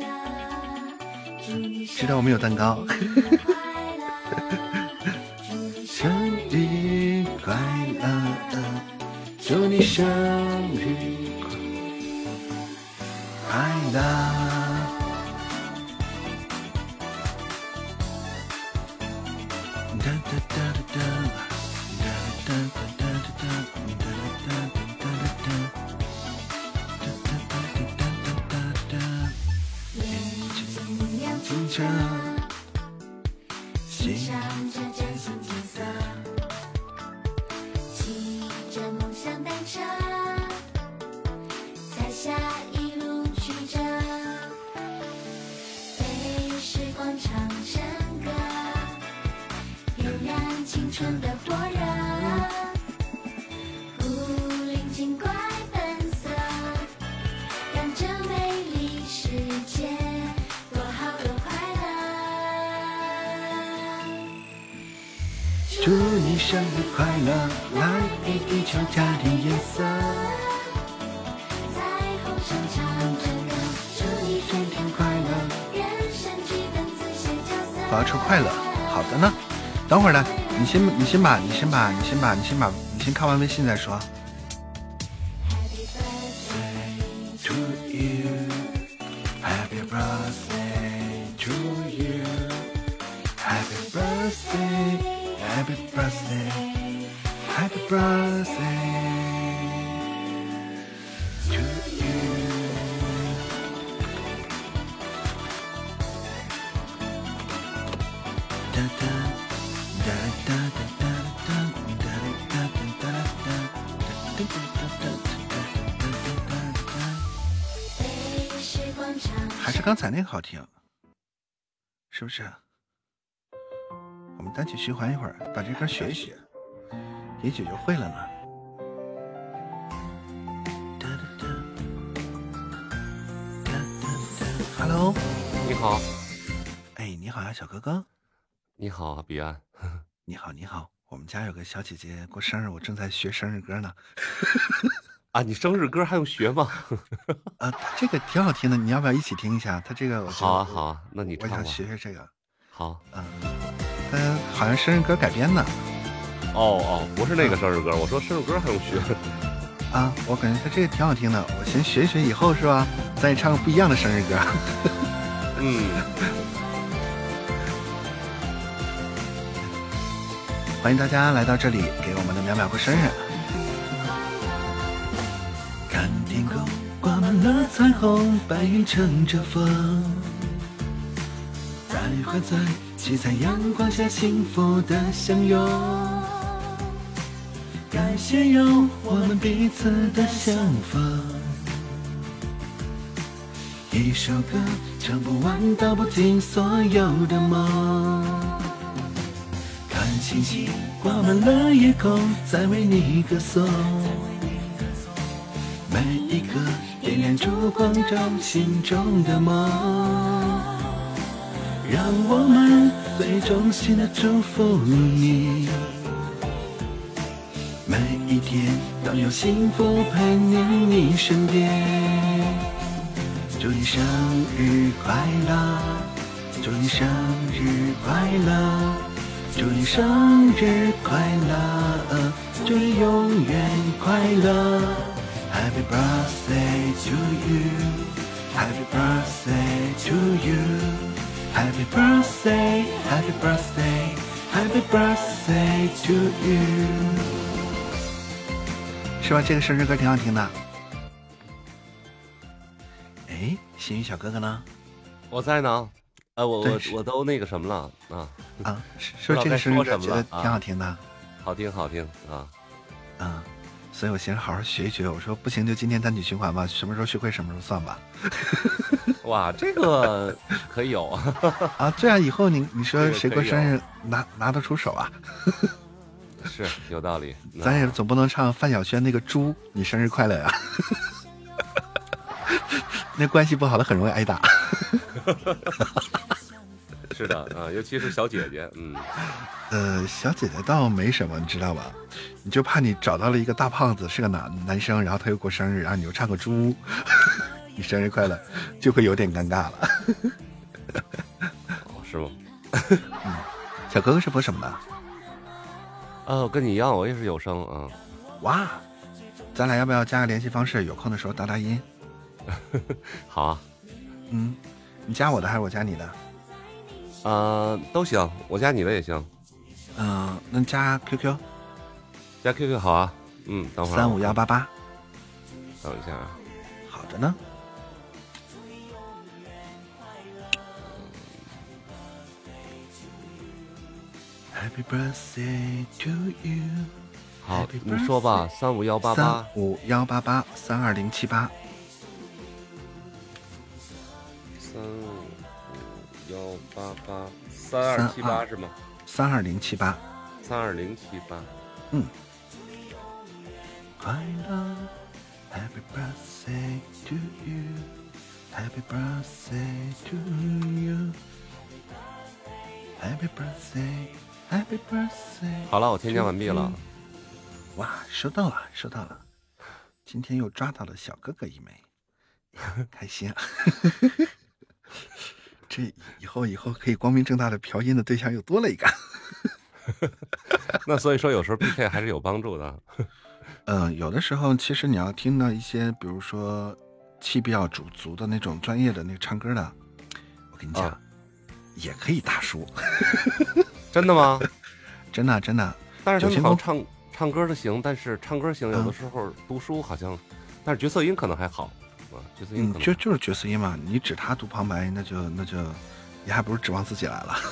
知道我们有蛋糕。生日快乐，祝你生日快乐。哒哒哒哒哒，哒哒哒哒哒哒，哒哒哒哒哒哒，哒哒哒哒哒哒。眼睛眼睛着，心上着真心天色。单车，彩霞一路曲折， 祝你生日快乐，来给地球加点颜色。我要出快乐，好的呢。等会儿呢，你先，你先把，你先把，你先把，你先把，你先看完微信再说。To you, happy birthday to you, happy birthday, happy birthday, happy birthday to you. 哒哒哒哒哒哒哒哒哒哒哒哒还是刚才那个好听，是不是？我们单曲循环一会儿，把这歌学一学，也许就会了呢。Hello， 你好。 哎，你好呀，小哥哥。 你好啊，彼岸。 你好，你好。我们家有个小姐姐过生日，我正在学生日歌呢。 啊，你生日歌还用学吗？ 呃，这个挺好听的，你要不要一起听一下？他这个我好啊，好啊，那你唱吧。 我想学学这个。 好， 嗯，他好像生日歌改编的。 哦哦，不是那个生日歌，我说生日歌还用学。 啊，我感觉他这个挺好听的，我先学一学，以后是吧？咱也唱个不一样的生日歌。 嗯。 欢迎大家来到这里，给我们的淼淼过生日。看天空挂满了彩虹，白云乘着风，在花在七彩阳光下幸福的相拥。感谢有我们彼此的相逢，一首歌唱不完道不尽所有的梦。看星星挂满了夜空，在为你歌颂，每一个点燃烛光中心中的梦，让我们最衷心的祝福你，每一天都有幸福陪你你身边。祝你生日快乐，祝你生日快乐，祝你生日快乐，祝你永远快乐。Happy birthday to you, Happy birthday to you, Happy birthday, Happy birthday, Happy birthday to you。 是吧？这个生日歌挺好听的。哎，心宇小哥哥呢？ 我在呢。呃，我我我都那个什么了啊啊！说这个生日歌觉得挺好听的， 好听好听啊啊！所以我寻思好好学一学。我说不行就今天单曲循环吧，什么时候学会什么时候算吧。 哇，这个可以有啊！对啊，以后你你说谁过生日拿拿得出手啊？ 是有道理。 咱也总不能唱范晓萱那个猪你生日快乐呀。那关系不好的很容易挨打。 是的啊，尤其是小姐姐，嗯， 呃，小姐姐倒没什么，你知道吧？你就怕你找到了一个大胖子，是个男男生，然后他又过生日，然后你又唱个猪，你生日快乐，就会有点尴尬了。 哦，是吗？ 嗯，小哥哥是播什么的？ 啊，我跟你一样，我也是有声啊。 哇，咱俩要不要加个联系方式？有空的时候打打音。 好啊。 嗯，你加我的还是我加你的？ 呃，都行，我加你的也行。 嗯、呃，那加 Q Q， 加 Q Q 好啊。嗯，等会儿。 三五幺八八。 等一下啊。 好的呢。Happy birthday to you。 好，你说吧，三五幺八八。 三五幺八八三二零七八。 三五幺八八三二七八是吗？ 三二零七八。 三二零七八。 嗯。快乐 ，Happy birthday to you, Happy birthday to you, Happy birthday, Happy birthday。 好了，我添加完毕了。 哇，收到了，收到了。今天又抓到了小哥哥一枚，开心啊！这以后以后可以光明正大的嫖音的对象又多了一个。 那所以说，有时候 P K 还是有帮助的。 嗯，有的时候其实你要听到一些，比如说气比较足足的那种专业的那个唱歌的，我跟你讲，哦、也可以大叔。 真的吗？ 真的真的。 但是他们好像唱唱歌的行，但是唱歌行，有的时候读书好像，嗯、但是角色音可能还好啊。角色音可能、 嗯、就就是角色音嘛，你指他读旁白，那就那就，你还不如指望自己来了。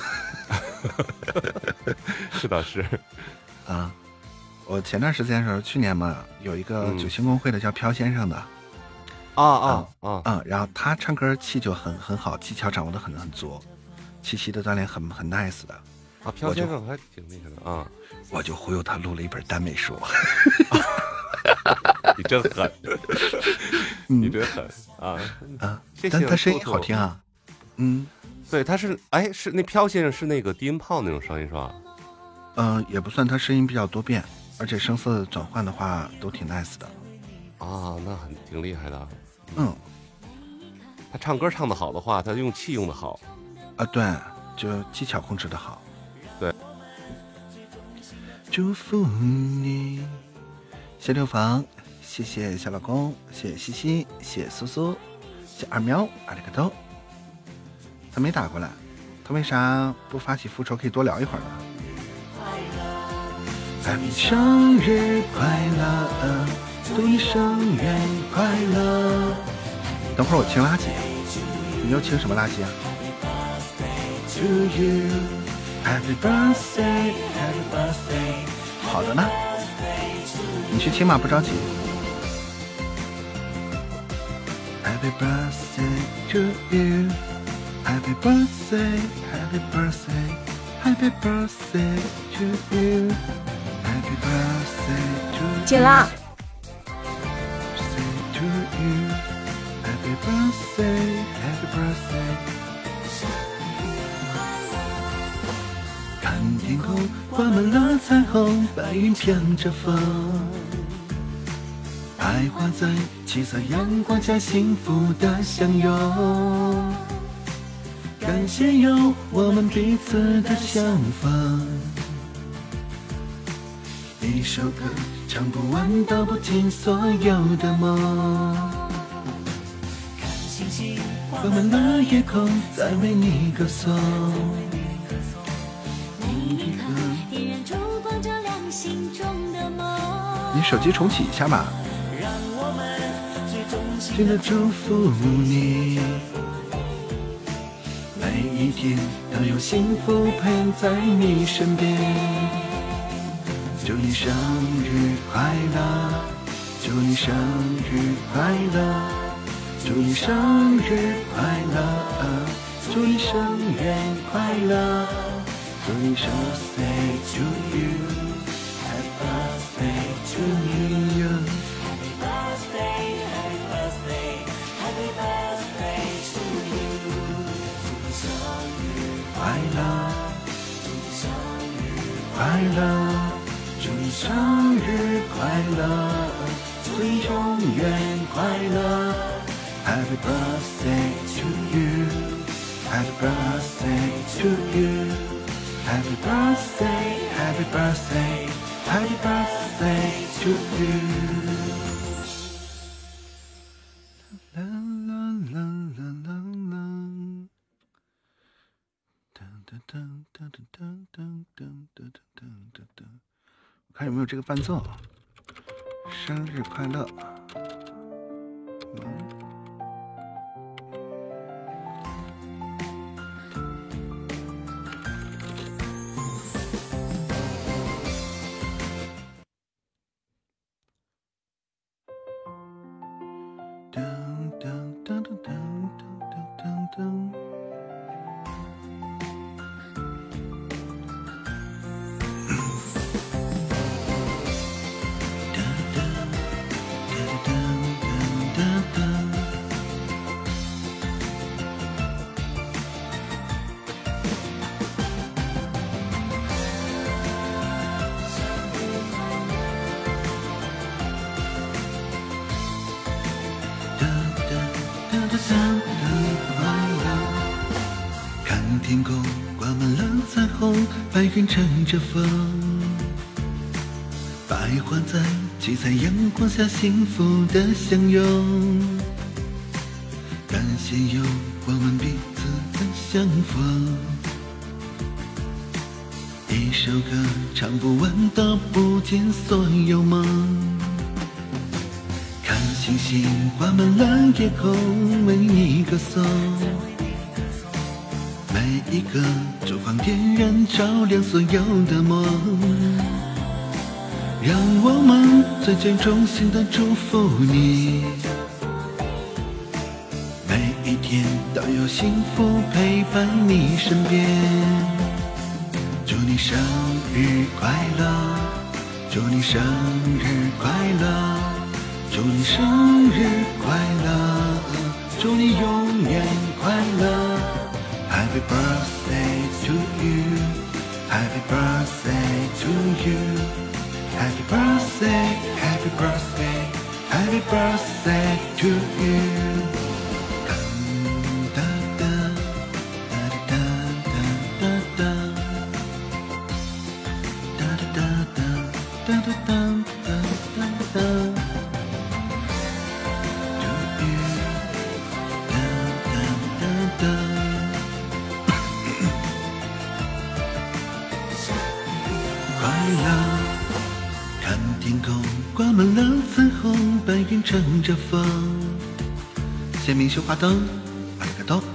是的，是啊。我前段时间的时候，去年嘛，有一个九星公会的叫飘先生的， 啊啊啊啊，然后他唱歌气就很很好，技巧掌握的很很足，气息的锻炼很很 nice 的。 啊，飘先生还挺厉害的啊！ 我就忽悠他录了一本耽美书。 你真狠，你真狠啊啊！ 谢谢。 但他声音好听啊，嗯， 对，他是哎是那飘先生是那个低音炮那种声音是吧？ 嗯、呃，也不算，他声音比较多变。而且声色转换的话都挺 nice 的啊，那很挺厉害的。 嗯， 他唱歌唱得好的话，他用气用得好啊，对，就技巧控制得好。 对， 祝福你，谢六房，谢谢小老公，谢谢西西，谢谢苏苏，谢二喵，阿里个头。他没打过来，他为啥不发起复仇可以多聊一会儿呢？祝你生日快乐，祝你生日快乐。等会儿我清垃圾，你又清什么垃圾啊 ？To you, happy birthday, happy birthday。好的呢，你去清吧，不着急。Happy birthday to you, happy birthday, happy birthday, happy birthday to you。Happy birthday to you. 紧了。 To you. Happy birthday, happy birthday. 看天空挂满了彩虹，白云飘着风，徘徊在七色阳光下，幸福的相拥。感谢有我们彼此的相逢。一首歌唱不完道不尽所有的梦，看星星挂满了夜空，在为你歌颂。点燃烛光照亮心中的梦。你手机重启一下吧。让我们最衷心的祝福你，每一天都有幸福陪在你身边。祝你生日快乐，祝你生日快乐，祝你生日快乐，祝你生日快乐，祝你生日 birthday to you, happy birthday to you, happy birthday, happy birthday, happy birthday to you。 祝你生日快乐，祝你生日快乐。祝你生日快乐，祝你永远快乐。Happy birthday to you, happy birthday to you, happy birthday, happy birthday, happy birthday to you。 啦啦啦啦啦啦，噔噔噔噔噔噔噔噔噔噔噔。看有没有这个伴奏，生日快乐。嗯看天空挂满了彩虹，白云乘着风，百花在七彩阳光下幸福的相拥。感谢有我们彼此的相逢，一首歌唱不完，道不尽所有梦。看星星挂满了夜空，为你歌颂。每一个烛光点燃照亮所有的梦，让我们最最衷心的祝福你，每一天都有幸福陪伴你身边。祝你生日快乐，祝你生日快乐，祝你生日快乐，祝你永远快乐。Happy birthday to you, Happy birthday to you, Happy birthday, Happy birthday, Happy birthday to you. 哒哒哒哒哒哒哒哒哒哒哒哒哒哒哒。看天空挂满了彩虹，白云乘着风。谢明秀花灯，阿里嘎多。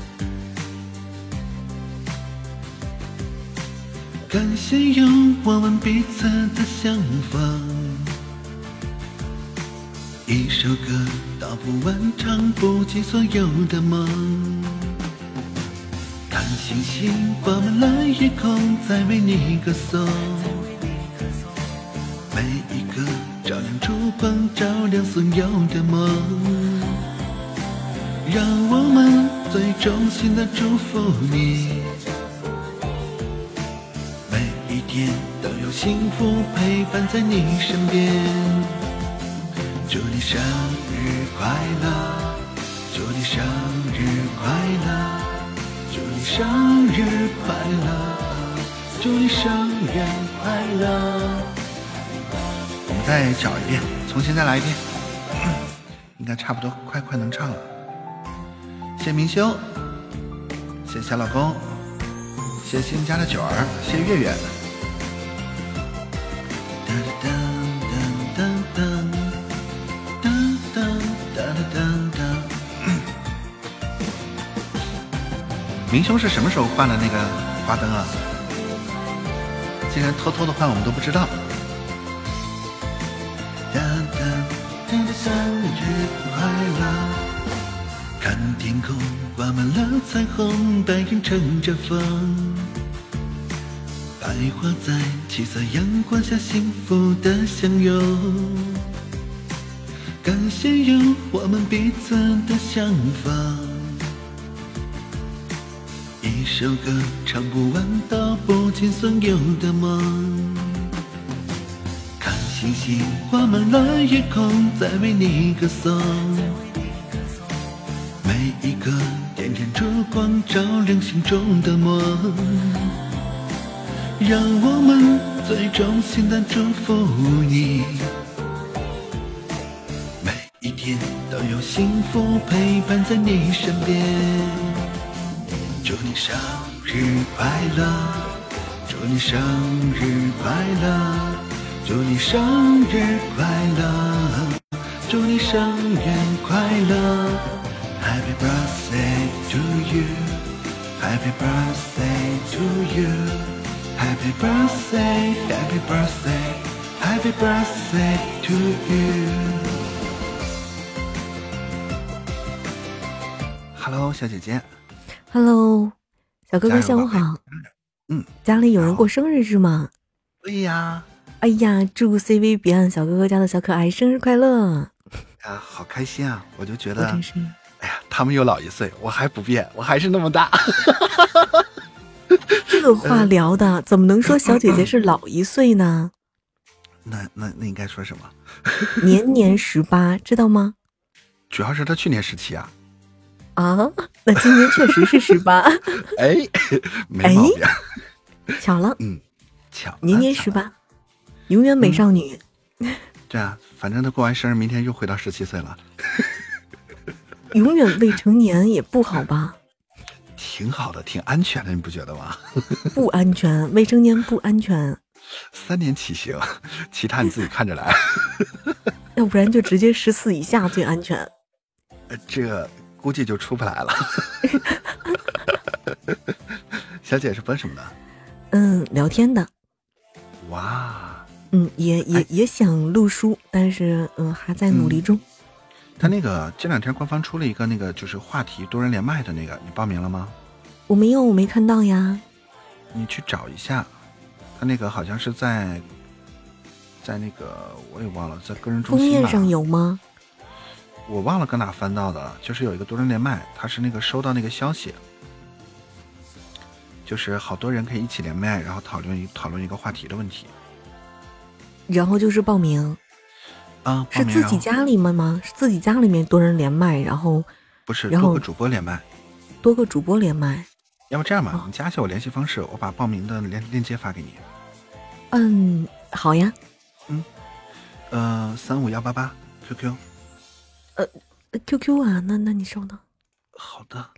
感谢有我们彼此的相逢，一首歌道不完，唱不尽所有的梦。看星星挂满了夜空，在为你歌颂。每一个照亮烛光，照亮所有的梦，让我们最衷心的祝福你，每一天都有幸福陪伴在你身边。祝你生日快乐，祝你生日快乐，祝你生日快乐，祝你生日快乐。我们再找一遍，重新再来一遍，应该差不多快快能唱了。谢明修，谢小老公，谢新家的九儿，谢月月。哒哒哒哒哒哒哒哒哒哒。明修是什么时候换的那个花灯啊？竟然偷偷的换，我们都不知道。生日快乐！看天空挂满了彩虹，白云乘着风，百花在七色阳光下幸福的相拥。感谢有我们彼此的相逢，一首歌唱不完，道不尽所有的梦。星星挂满了夜空，在为你歌颂。每一个点点烛光，照亮心中的梦，让我们最衷心的祝福你，每一天都有幸福陪伴在你身边。祝你生日快乐，祝你生日快乐，祝你生日快乐，祝你生日快乐 Happy birthday to you, Happy birthday to you, Happy birthday, Happy birthday, Happy birthday to you. Hello， 小姐姐。 Hello， 小哥哥下午好。 嗯， 家里有人过生日是吗？ 对呀。 哎呀，祝 C V 彼岸小哥哥家的小可爱生日快乐！ 啊，好开心啊！我就觉得， 真是， 哎呀，他们又老一岁，我还不变，我还是那么大。 这个话聊的，怎么能说小姐姐是老一岁呢？ 那那那应该说什么？ 年年十八，知道吗？ 主要是他去年十七啊。 啊，那今年确实是十八。 哎，没毛病。 巧了， 嗯，巧了， 年年十八，永远美少女。 嗯、对啊，反正他过完生日，明天又回到十七岁了。 永远未成年也不好吧？ 挺好的，挺安全的，你不觉得吗？ 不安全，未成年不安全。 三年起刑，其他你自己看着来。 要不然就直接十四以下最安全。 呃，这估计就出不来了。小姐是分什么的？ 嗯，聊天的。 哇。 嗯，也也、哎、也想录书，但是嗯还在努力中。嗯、 他那个这两天官方出了一个那个就是话题多人连麦的那个，你报名了吗？ 我没有，我没看到呀。 你去找一下，他那个好像是在在那个我也忘了，在个人中心吧。 封面上有吗？ 我忘了搁哪翻到的，就是有一个多人连麦，他是那个收到那个消息，就是好多人可以一起连麦，然后讨论一讨论一个话题的问题。 然后就是报名， 啊、嗯， 是自己家里面吗？是自己家里面多人连麦，然后不是然后多个主播连麦， 多个主播连麦。 要不这样吧， 哦、 你加一下我联系方式，我把报名的链链接发给你。 嗯，好呀。 嗯，呃，三五幺八八 Q Q。 呃 ，Q Q 啊，那那你稍等。 好的。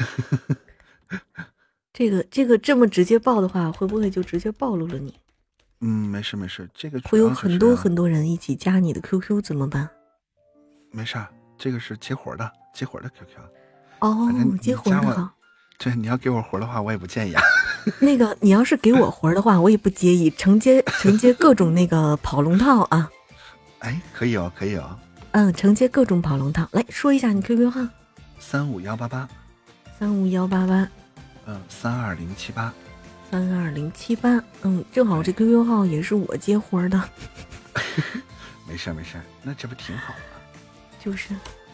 这个这个这么直接报的话，会不会就直接暴露了你？ 嗯，没事没事，这个会有很多很多人一起加你的 Q Q 怎么办？ 没事，这个是接活的，接活的 Q Q。 哦，接活的好。 对，你要给我活的话，我也不介意啊。 那个，你要是给我活的话，我也不介意，承接承接各种那个跑龙套啊。 哎，可以哦，可以哦。 嗯，承接各种跑龙套。来说一下你 Q Q 号。 三五幺八八。 三五幺八八。 嗯，三二零七八。 三二零七八，嗯，正好这 Q Q 号也是我接活的。 没事没事，那这不挺好的？ 就是。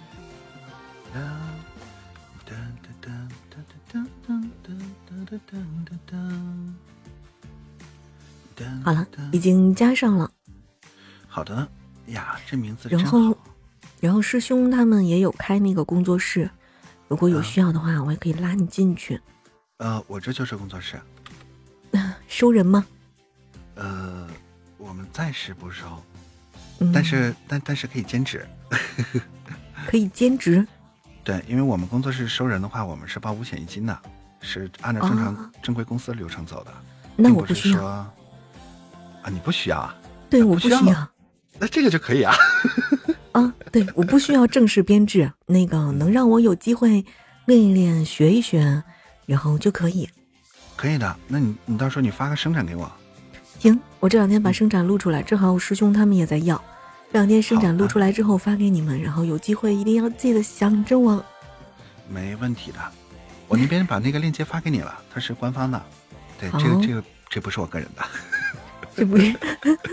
好了，已经加上了。 好的呀，这名字真好。 然后，然后师兄他们也有开那个工作室，如果有需要的话，嗯、我也可以拉你进去。 呃，我这就是工作室。 收人吗？ 呃，我们暂时不收， 嗯、 但是但但是可以兼职。 可以兼职？ 对，因为我们工作室收人的话，我们是报五险一金的，是按照正常、哦、正规公司的流程走的。 那我不需要啊，你不需要啊？ 对， 啊、 我不需要。 要那这个就可以啊。 啊，对，我不需要正式编制，那个能让我有机会练一练、学一学，然后就可以。 可以的，那你你到时候你发个生产给我。 行，我这两天把生产录出来，正好我师兄他们也在要。这两天生产录出来之后发给你们，然后有机会一定要记得想着我。 没问题的，我那边把那个链接发给你了，它是官方的。对，这个这个这不是我个人的。 这不是。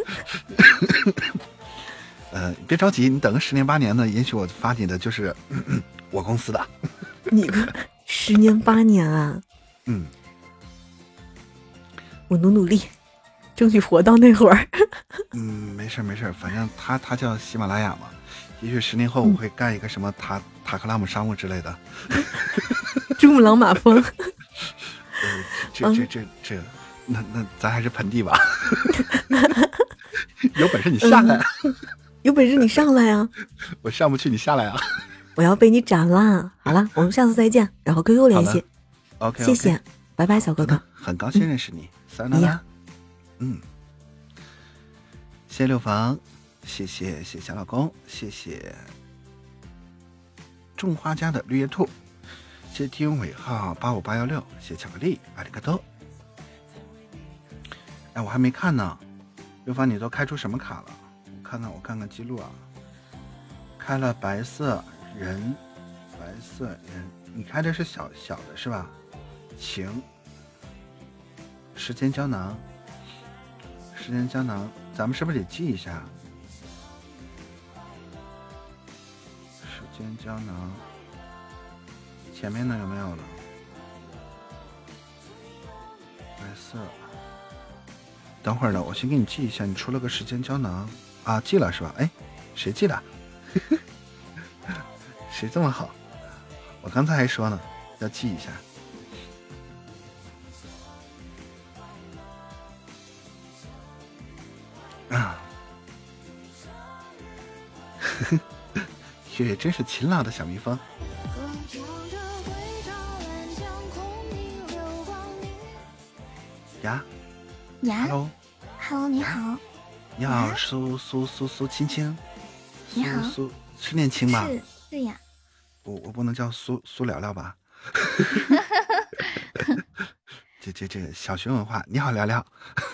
呃，别着急，你等个十年八年的，也许我发你的就是咳咳我公司的。 你的十年八年啊？ 嗯。 我努努力，争取活到那会儿。 嗯，没事没事，反正他他叫喜马拉雅嘛，也许十年后我会干一个什么塔、嗯、塔克拉姆商务之类的。 珠穆朗玛峰。 呃，这这这这，那那咱还是盆地吧。有本事你下来、 嗯。有本事你上来啊！ 我上不去，你下来啊！ 我要被你斩啦！好了，我们下次再见，然后 Q Q 联系。 OK， 谢谢，拜拜，小哥哥。 很高兴认识你。撒拉拉，嗯，谢谢六房，谢谢谢谢小老公，谢谢种花家的绿叶兔，谢谢 T 用尾号八五八一六，谢谢巧克力，阿里嘎多。哎，我还没看呢，六房你都开出什么卡了？我看看我看看记录啊，开了白色人，白色人，你开的是小小的是吧？晴。时间胶囊，时间胶囊，咱们是不是得记一下？时间胶囊，前面呢有没有了？白色，等会儿呢，我先给你记一下，你出了个时间胶囊啊，记了是吧？哎，谁记的？谁这么好？ 我刚才还说呢，要记一下。啊，月月真是勤劳的小蜜蜂。呀呀 ，Hello， Hello， 你好。 你好，苏苏苏苏青青。 你好， 苏苏是念青吗？ 是是呀。 我我不能叫苏苏聊聊吧？这这这小学文化，你好聊聊。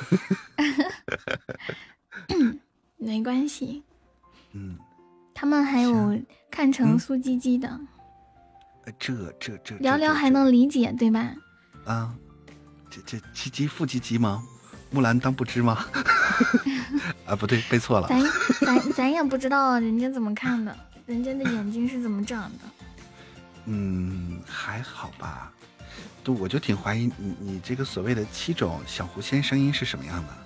没关系。 嗯， 他们还有看成苏鸡鸡的。 嗯、这这这聊聊还能理解对吧？ 啊，这这鸡鸡腹鸡鸡吗？木兰当不知吗？啊，不对，背错了。 咱咱咱也不知道人家怎么看的，人家的眼睛是怎么长的。 嗯，还好吧。都我就挺怀疑你你这个所谓的七种小狐仙声音是什么样的。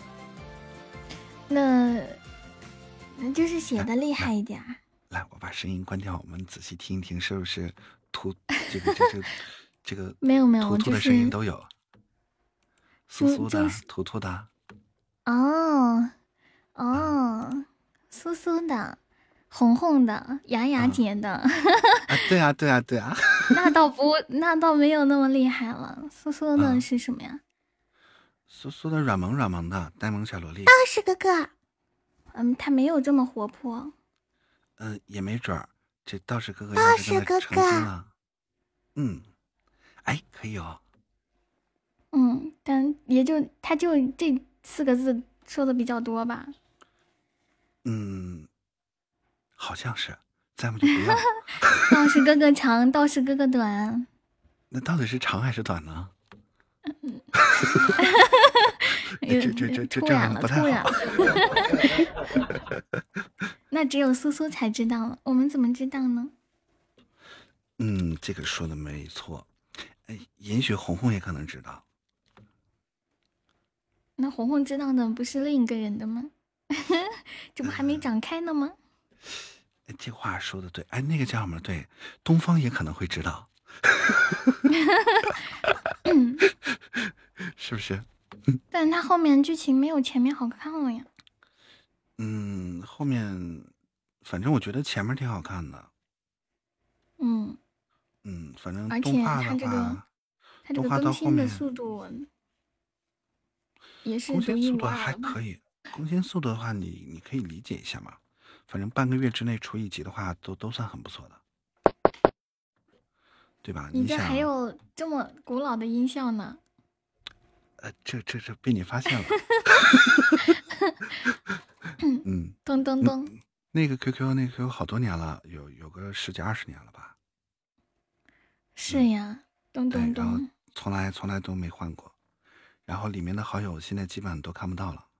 那那就是写的厉害一点。 来，我把声音关掉，我们仔细听一听，是不是突这个这个这个没有没有突突的声音都有，酥酥的、突突的。 哦哦，酥酥的、红红的、牙牙结的。 啊，对啊对啊对啊。 那倒不，那倒没有那么厉害了。酥酥的是什么呀？ 酥酥的软萌软萌的呆萌小萝莉。 道士哥哥，嗯，他没有这么活泼。 嗯、呃，也没准儿，这道士哥哥道士哥哥， 嗯，哎，可以哦。 嗯，但也就他就这四个字说的比较多吧。 嗯，好像是，再不就不要。 道士哥哥长，道士哥哥短。 那到底是长还是短呢？ 嗯， 这这这这这样不太好。 那只有苏苏才知道了，我们怎么知道呢？ 嗯，这个说的没错。哎，也许红红也可能知道。 那红红知道的不是另一个人的吗？这不还没长开呢吗？ 呃、这话说的对，哎，那个叫什么？对，东方也可能会知道。 嗯， 是不是？ 但是他后面剧情没有前面好看了呀。 嗯，后面反正我觉得前面挺好看的。 嗯嗯，反正而且他这个他这个更新的速度也是独一无二。 还可以，更新速度的话，你你可以理解一下嘛。反正半个月之内出一集的话，都都算很不错的，对吧？ 你这还有这么古老的音效呢？ 呃，这这这被你发现了。嗯， 噔噔噔， 那个 Q Q 那个 Q Q 好多年了，有有个十几二十年了吧？ 是呀，噔噔噔， 然后从来从来都没换过，然后里面的好友现在基本上都看不到了。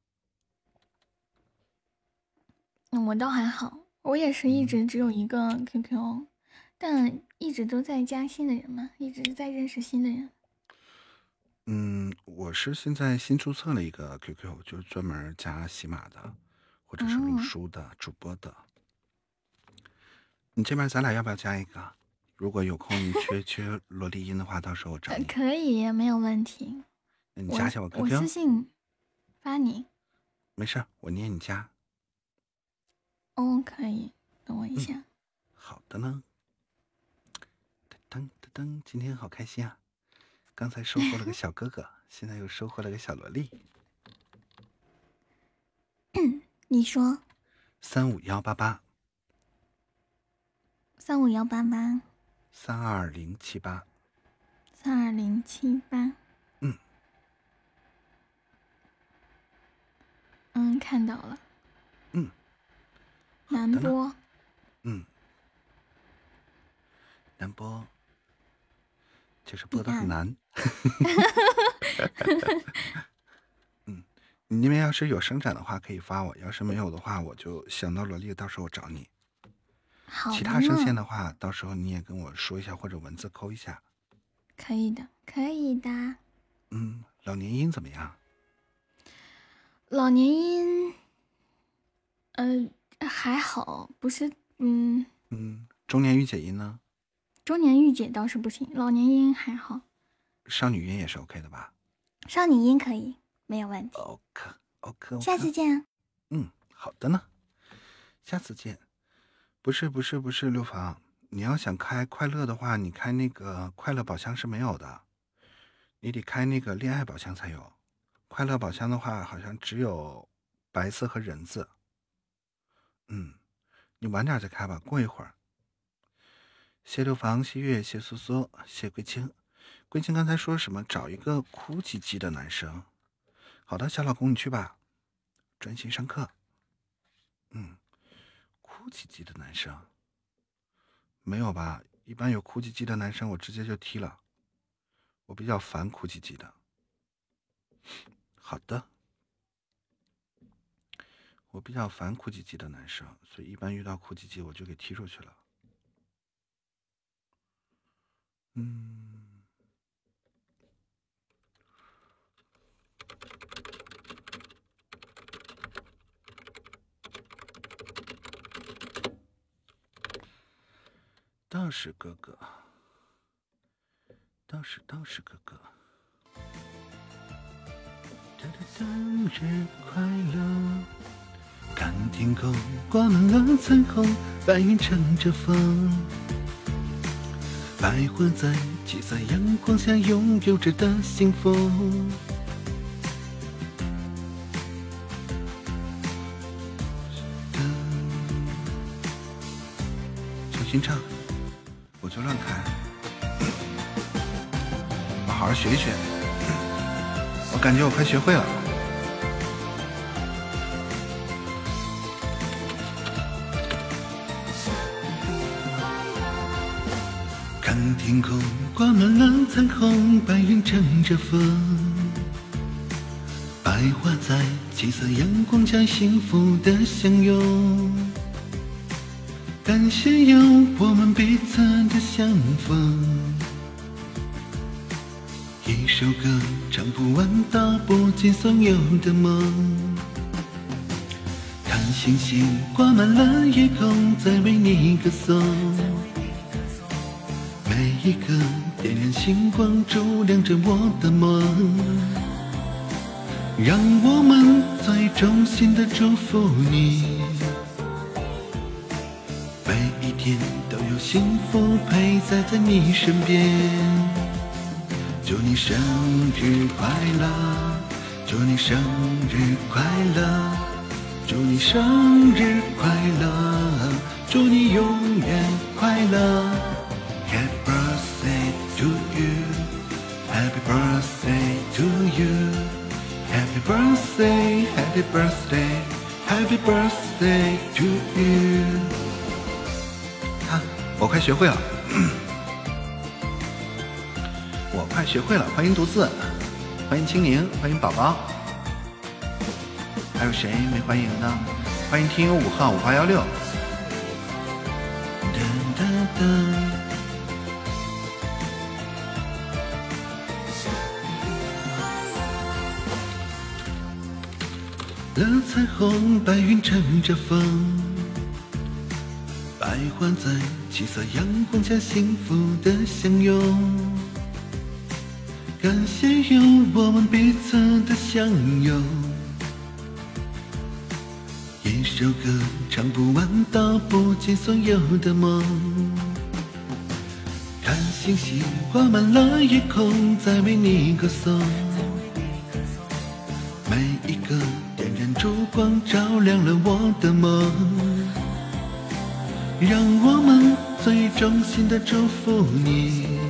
嗯，我倒还好，我也是一直只有一个 Q Q，、嗯、但一直都在加新的人嘛，一直在认识新的人。 嗯，我是现在新注册了一个 Q Q， 就是专门加喜马的，或者是录书的、嗯、主播的。你这边咱俩要不要加一个？如果有空你缺缺萝莉音的话，到时候我找你。 可以，没有问题。 那你加一下我 Q Q， 我, 我私信发你。 没事，我念你加。 哦，可以，等我一下。 嗯、好的呢。噔噔噔，今天好开心啊！刚才收获了个小哥哥，现在又收获了个小萝莉。 你说。 三五幺八八。 三五幺八八。 三二零七八。 三二零七八。 嗯。 嗯，看到了。 嗯。 南波。 嗯。南波。就是播的很难。嗯，你那边要是有生展的话，可以发我；要是没有的话，我就想到萝莉，到时候我找你。 好。 其他声线的话，到时候你也跟我说一下，或者文字扣一下。 可以的，可以的。 嗯，老年音怎么样？ 老年音，呃，还好，不是，嗯。 嗯，中年御姐音呢？ 中年御姐倒是不行，老年音还好。 少女音也是 OK 的吧？ 少女音可以，没有问题。 OK OK，, 下次见啊。 嗯，好的呢，下次见。不是不是不是，六房，你要想开快乐的话，你开那个快乐宝箱是没有的，你得开那个恋爱宝箱才有。快乐宝箱的话，好像只有白色和人字。嗯，你晚点再开吧，过一会儿。谢六房，谢月，谢苏苏，谢桂清。桂清刚才说什么？找一个哭唧唧的男生。好的，小老公，你去吧，专心上课。嗯，哭唧唧的男生没有吧？一般有哭唧唧的男生，我直接就踢了。我比较烦哭唧唧的。好的，我比较烦哭唧唧的男生，所以一般遇到哭唧唧我就给踢出去了。嗯，道士哥哥，道士道士哥哥，生日快乐！看天空挂满了彩虹，白云乘着风，百花在七色阳光下拥有着的幸福。重新唱，我就乱开，我好好学一学。我感觉我快学会了。看天空挂满了彩虹，白云乘着风，百花在七色阳光下幸福的相拥。感谢有我们彼此的相逢，一首歌唱不完，道不尽所有的梦。看星星挂满了夜空，在为你歌颂。每一个点燃星光，照亮着我的梦。让我们最衷心的祝福你，每一天都有幸福陪在在你身边。祝你生日快乐，祝你生日快乐，祝你生日快乐，祝你永远快乐。Happy birthday to you, Happy birthday to you, Happy birthday, Happy birthday, Happy birthday to you。看，我快学会了。我快学会了，欢迎独自，欢迎青柠，欢迎宝宝，还有谁没欢迎呢？欢迎听友五号五八幺六。哒哒哒，了彩虹，白云乘着风，百花在七色阳光下幸福的相拥。感谢有我们彼此的相拥，一首歌唱不完，道不尽所有的梦。看星星挂满了夜空，在为你歌颂。每一个点燃烛光，照亮了我的梦。让我们最衷心的祝福你，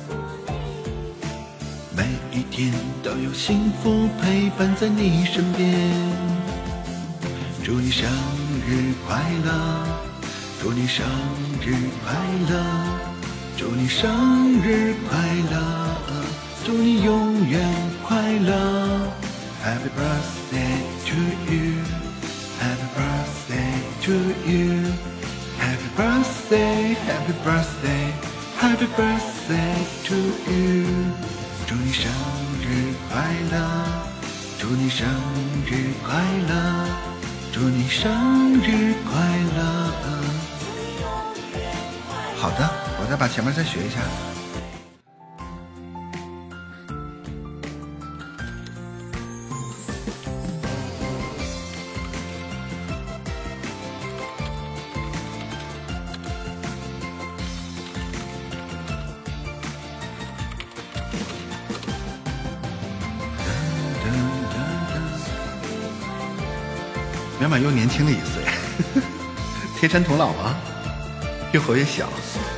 每一天都有幸福陪伴在你身边。祝你生日快乐，祝你生日快乐，祝你生日快乐，祝你永远快乐。Happy birthday to you, Happy birthday to you, Happy birthday, Happy birthday, Happy birthday to you。祝你生日快乐，祝你生日快乐，祝你生日快乐。好的，我再把前面再学一下。原版又年轻了一岁，天山童姥吗？越活越小。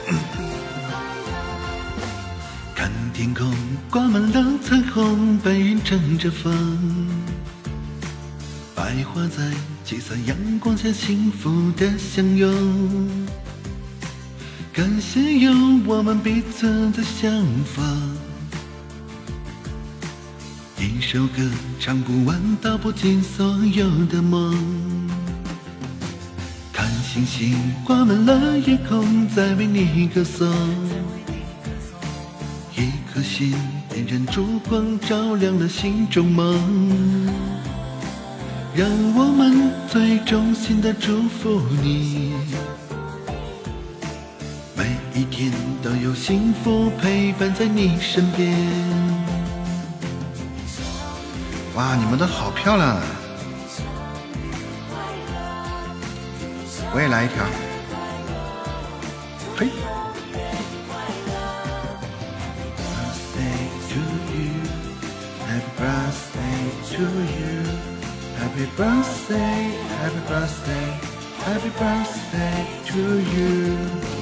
看天空挂满了彩虹，白云乘着风，百花在七色阳光下幸福的相拥。感谢有我们彼此的相逢，一首歌唱不完，道不尽所有的梦。看星星挂满了夜空，在为你歌颂。一颗心点燃烛光，照亮了心中梦。让我们最衷心的祝福你，每一天都有幸福陪伴在你身边。哇，你们都好漂亮啊！我也来一条。嘿。Happy birthday, happy birthday, happy birthday to you.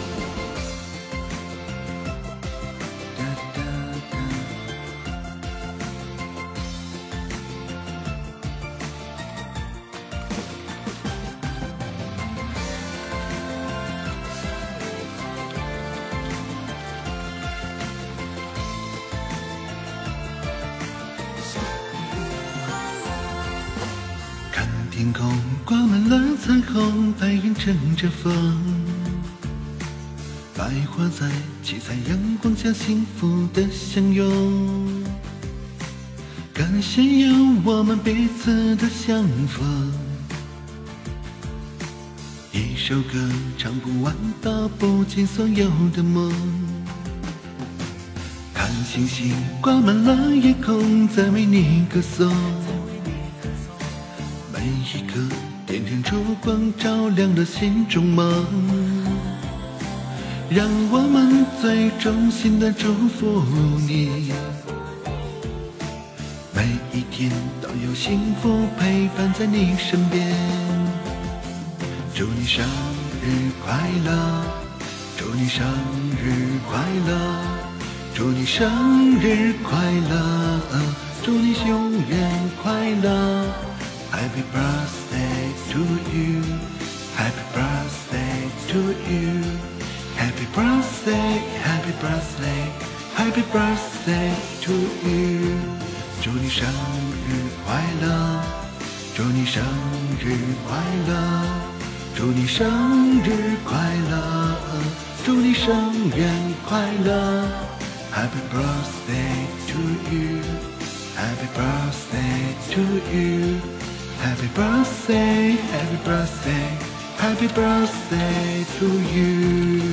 天空挂满了彩虹，白云乘着风，百花在七彩阳光下幸福的相拥。感谢有我们彼此的相逢，一首歌唱不完，道不尽所有的梦。看星星挂满了夜空，在为你歌颂。每一颗点燃烛光，照亮了心中梦。让我们最衷心的祝福你，每一天都有幸福陪伴在你身边。祝你生日快乐，祝你生日快乐，祝你生日快乐，祝你永远快乐。Happy birthday to you, happy birthday to you, happy birthday, happy birthday, happy birthday to you. 祝你生日快乐，祝你生日快乐，祝你生日快乐，祝你生日快乐。Happy birthday to you, happy birthday to you.Happy birthday, happy birthday, happy birthday to you.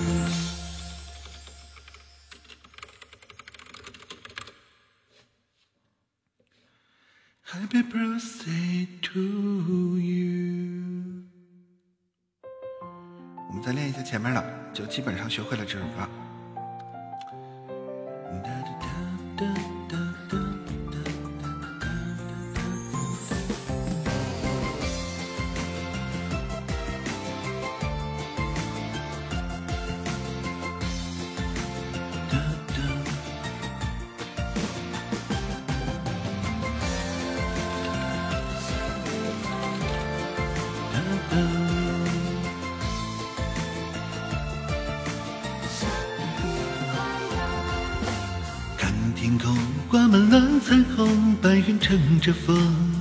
Happy birthday to you. 我们再练一下前面的，就基本上学会了这首歌。天空挂满了彩虹，白云乘着风，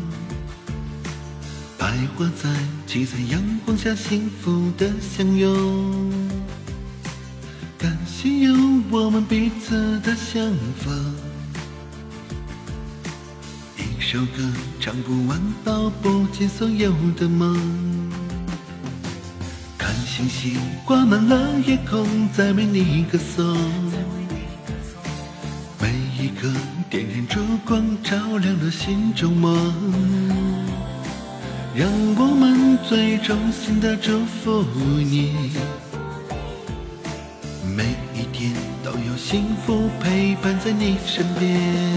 百花在七彩阳光下幸福的相拥。感谢有我们彼此的相逢，一首歌唱不完，道不尽所有的梦。看星星挂满了夜空，再没你歌颂。每一个点点烛光照亮了心中梦，让我们最衷心的祝福你，每一天都有幸福陪伴在你身边。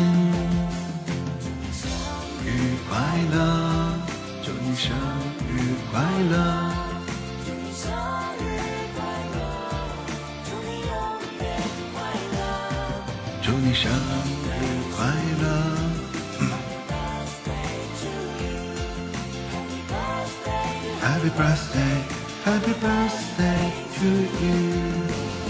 生日快乐，祝你生日快乐，祝你生日快乐。Happy birthday, happy birthday to you.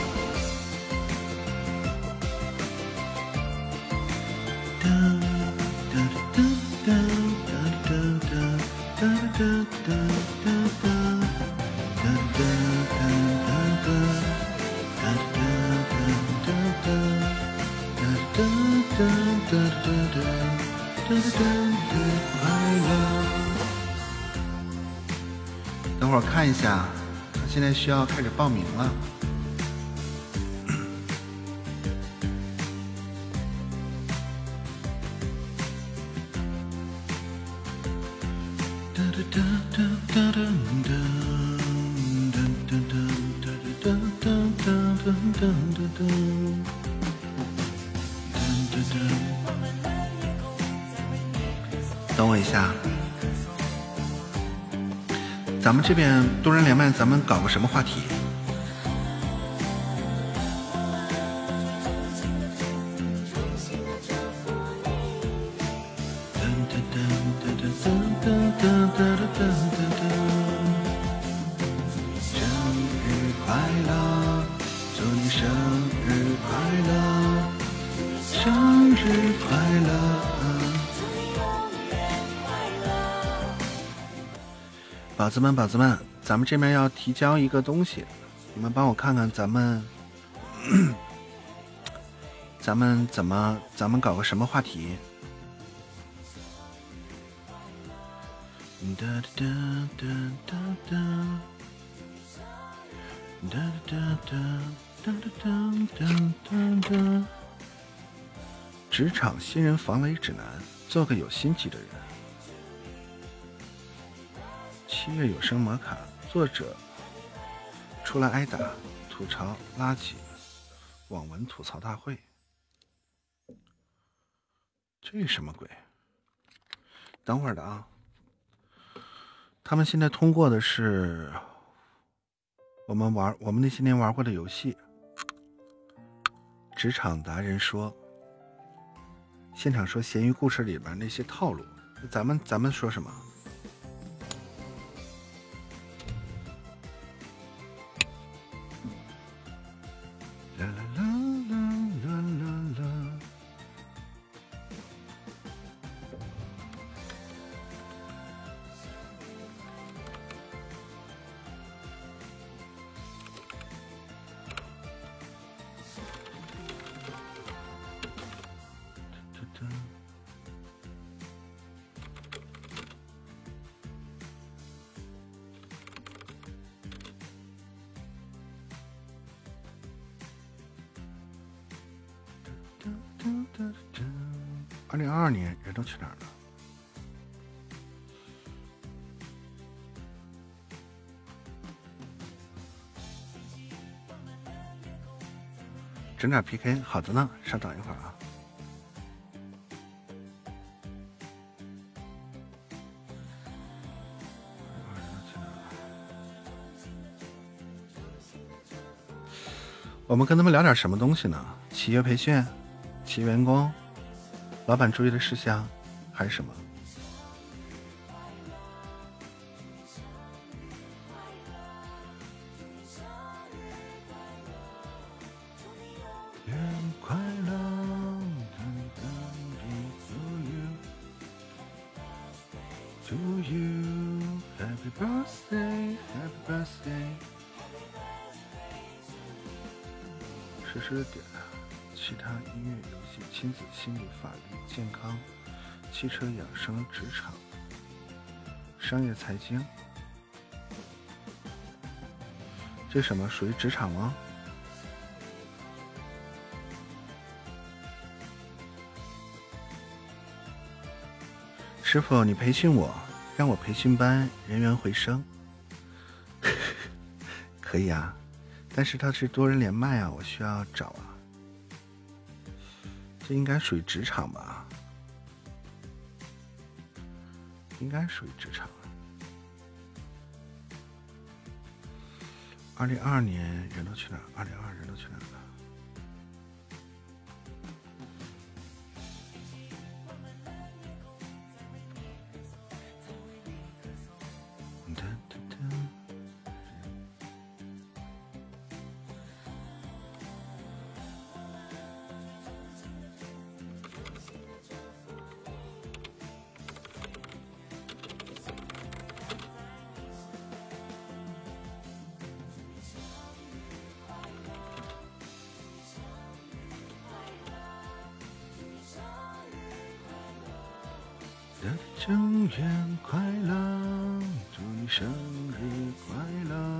等会儿看一下，他现在需要开始报名了。等我一下，咱们这边多人连麦，咱们搞个什么话题？生日快乐，祝你生日快乐，生日快乐。宝子们，宝子们，咱们这边要提交一个东西，你们帮我看看，咱们咱们怎么，咱们搞个什么话题？哒哒哒哒哒哒哒哒哒哒哒。职场新人防雷指南，做个有心机的人。七月有声摩卡，作者出来挨打，吐槽垃圾，网文吐槽大会。这什么鬼？等会儿的啊！他们现在通过的是我们玩我们那些年玩过的游戏。职场达人说，现场说咸鱼故事里边那些套路，咱们咱们说什么？啦啦啦啦啦啦！二零二二年人都去哪儿了？整点 P K， 好的呢，稍等一会儿啊。我们跟他们聊点什么东西呢？企业培训、企业员工、老板注意的事项，还是什么？快乐 to you, happy birthday, happy birthday。实时点，其他音乐、游戏、亲子、心理、法律、健康、汽车、养生、职场、商业、财经。 这什么属于职场吗？师傅，你培训我，让我培训班人员回升。可以啊，但是它是多人连麦啊，我需要找啊。这应该属于职场吧？应该属于职场。二零二二年人都去哪儿？二零二二人都去哪儿了？正元快乐，祝你生日快乐。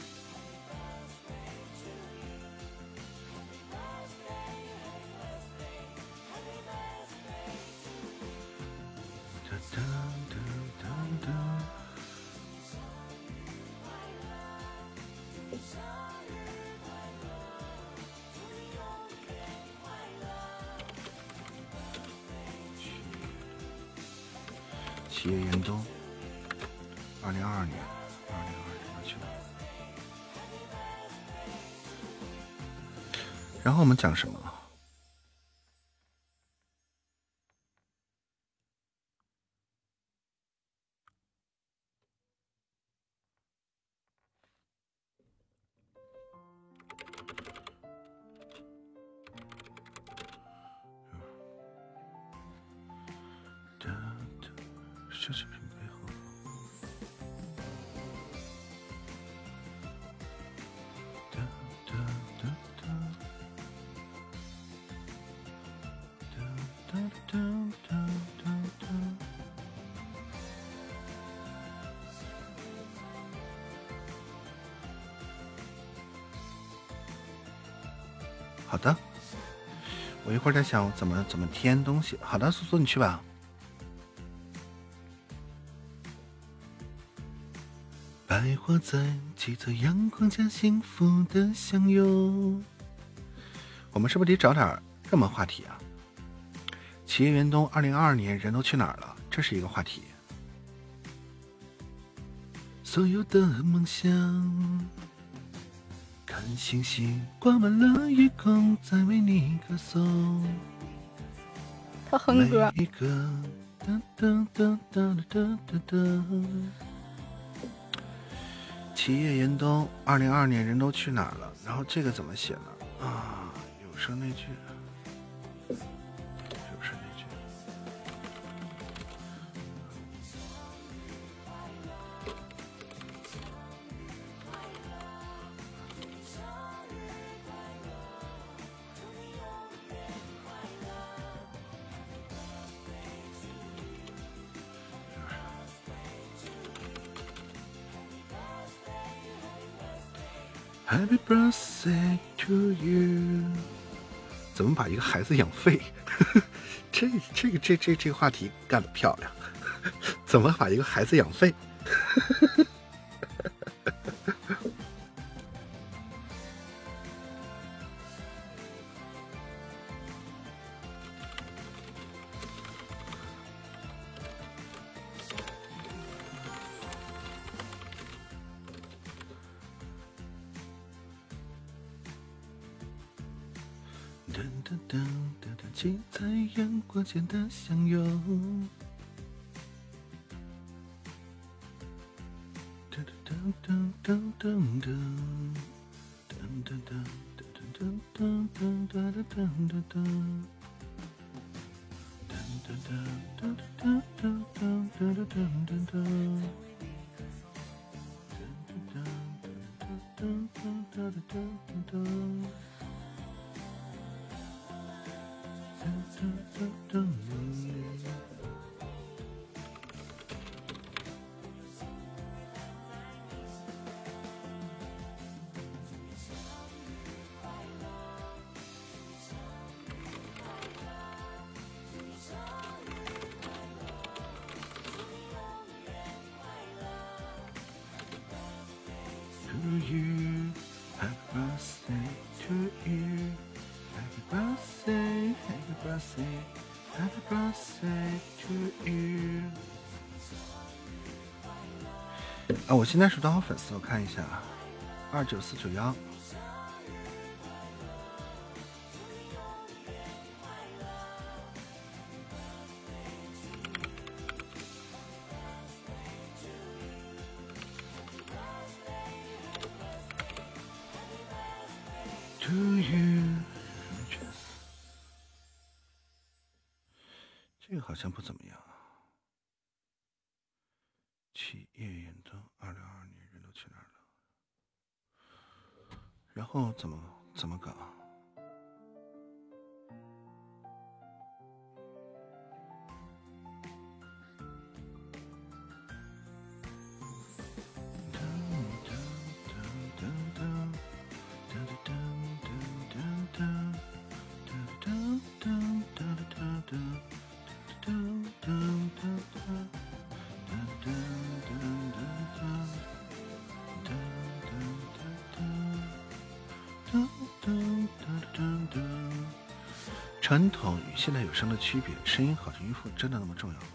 哒哒哒哒哒。企业严冬，二零二二年，二零二二年要去哪？然后我们讲什么？奢侈品背后，哒哒哒哒，哒哒哒哒哒哒。好的，我一会儿在想怎么怎么添东西。好的，苏苏你去吧。百花在几侧，阳光下幸福的相拥。我们是不是得找点热门话题啊？企业员冬二零二二年人都去哪儿了？这是一个话题。所有的梦想，看星星挂满了夜空，在为你歌颂。 他哼歌。 每一个哒哒哒哒哒哒哒。企业严冬，二零二二年人都去哪儿了？然后这个怎么写呢？啊，有声那句，有声那句。Happy birthday to you。怎么把一个孩子养废？这这个这这这个话题干得漂亮。怎么把一个孩子养废？七彩阳光间的相拥。噔噔噔噔噔噔噔噔噔噔噔噔噔噔噔噔噔噔。噔噔噔噔噔噔噔噔噔噔噔。噔噔噔噔噔噔噔。 birthday，Happy birthday to you。啊，我现在是多少粉丝？我看一下，二九四九幺。To you， 这个好像不怎么样。企业演灯，二零二二年人都去哪儿了？然后怎么怎么搞？传统与现代有声的区别，声音好听与否真的那么重要吗？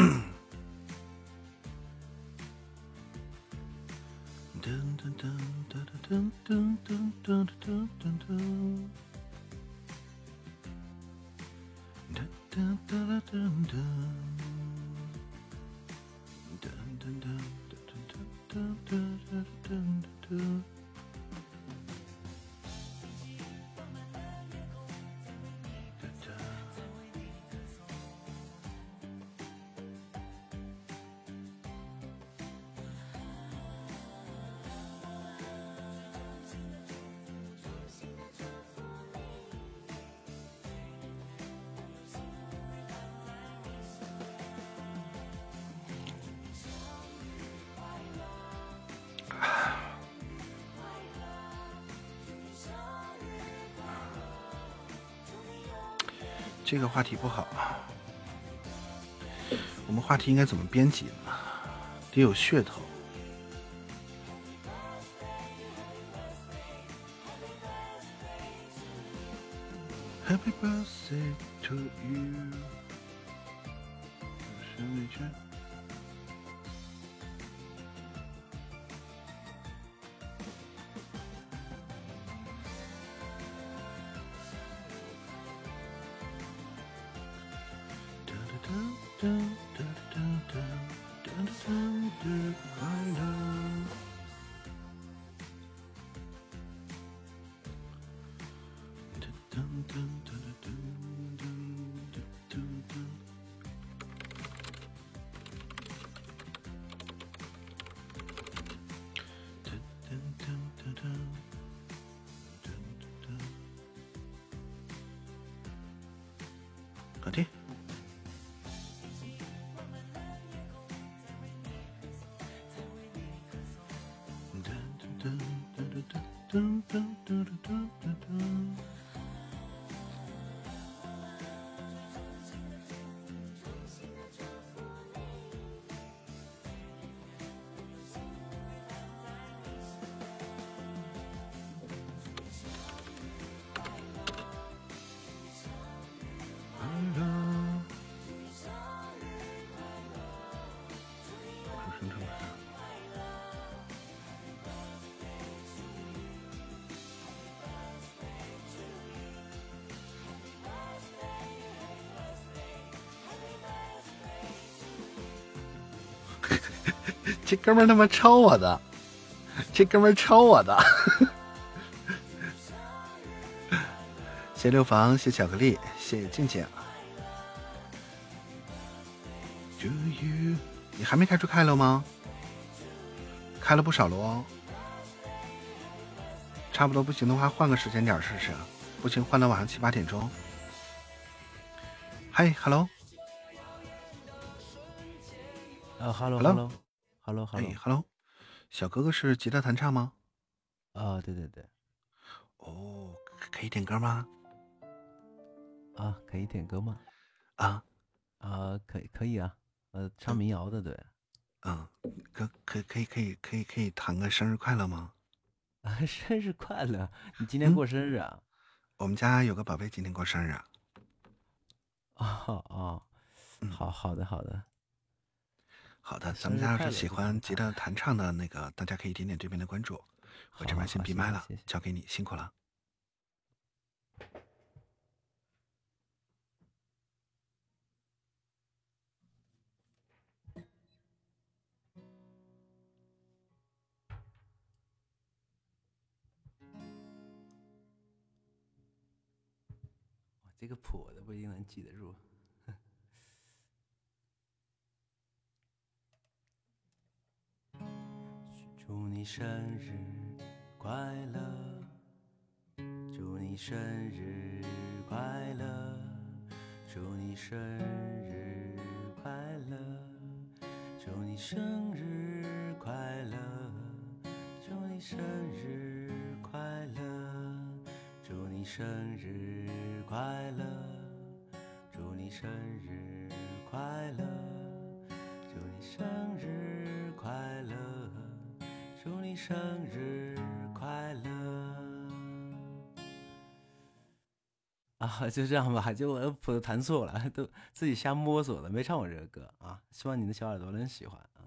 这个话题不好，我们话题应该怎么编辑呢？得有噱头。Happy birthday to you。生日圈。搞定。这哥们儿他妈抄我的，这哥们儿抄我的。谢六房，谢巧克力，谢静静。Do you？ 你还没开出开了吗？开了不少了哦。差不多不行的话，换个时间点试试。不行，换到晚上七八点钟。嗨 ，hello。 啊 ，hello，hello。Hello， 哎 ，Hello， 小哥哥是吉他弹唱吗？ 啊，对对对。 哦，可以点歌吗？ 啊，可以点歌吗？ 啊啊，可以可以啊，呃，唱民谣的，对。 嗯，可可可以可以可以可以弹个生日快乐吗？ 啊，生日快乐！你今天过生日啊？ 嗯、我们家有个宝贝今天过生日啊。 哦哦，好好的好的好的，咱们家要是喜欢吉他弹唱的那个，大家可以点点对面的关注。我这边先闭麦了，交给你，辛苦了。 这个谱我都不一定能记得住。祝你生日快乐，祝你生日快乐，祝你生日快乐，祝你生日快乐，祝你生日快乐，祝你生日快乐，祝你生日快乐，祝你生日快乐，祝你生日快乐。啊，就这样吧，就我谱都弹错了，都自己瞎摸索的，没唱过这个歌啊。希望你的小耳朵能喜欢啊。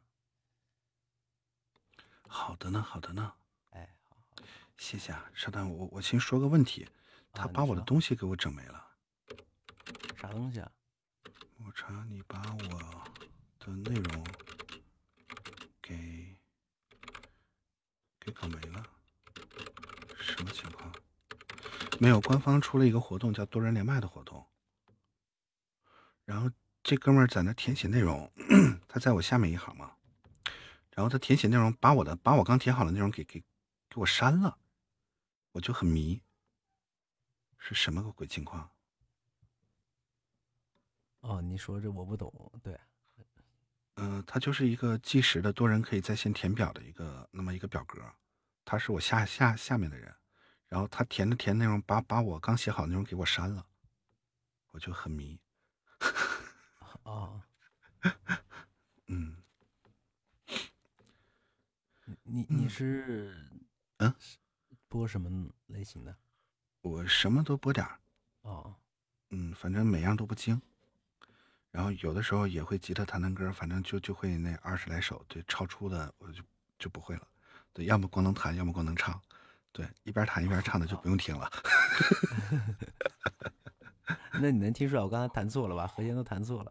好的呢，好的呢。 哎，好好， 谢谢啊。稍等，我我先说个问题，他把我的东西给我整没了。 啥东西啊？ 我查你把我的内容给给搞没了，什么情况？没有，官方出了一个活动，叫多人连麦的活动。然后这哥们儿在那填写内容，他在我下面一行嘛。然后他填写内容，把我的把我刚填好的内容给给给我删了，我就很迷，是什么个鬼情况？ 哦，你说这我不懂，对。 嗯、呃，它就是一个计时的多人可以在线填表的一个那么一个表格，他是我下下下面的人。然后他填的填内容，把把我刚写好的内容给我删了，我就很迷。 哦， 嗯， 你你是嗯播什么类型的？ 我什么都播点儿。 哦， 嗯，反正每样都不精。然后有的时候也会吉他弹弹歌，反正就就会那二十来首，对，超出的我就就不会了。对，要么光能弹，要么光能唱。对，一边弹一边唱的就不用听了。 那你能听出来我刚才弹错了吧？和弦都弹错了。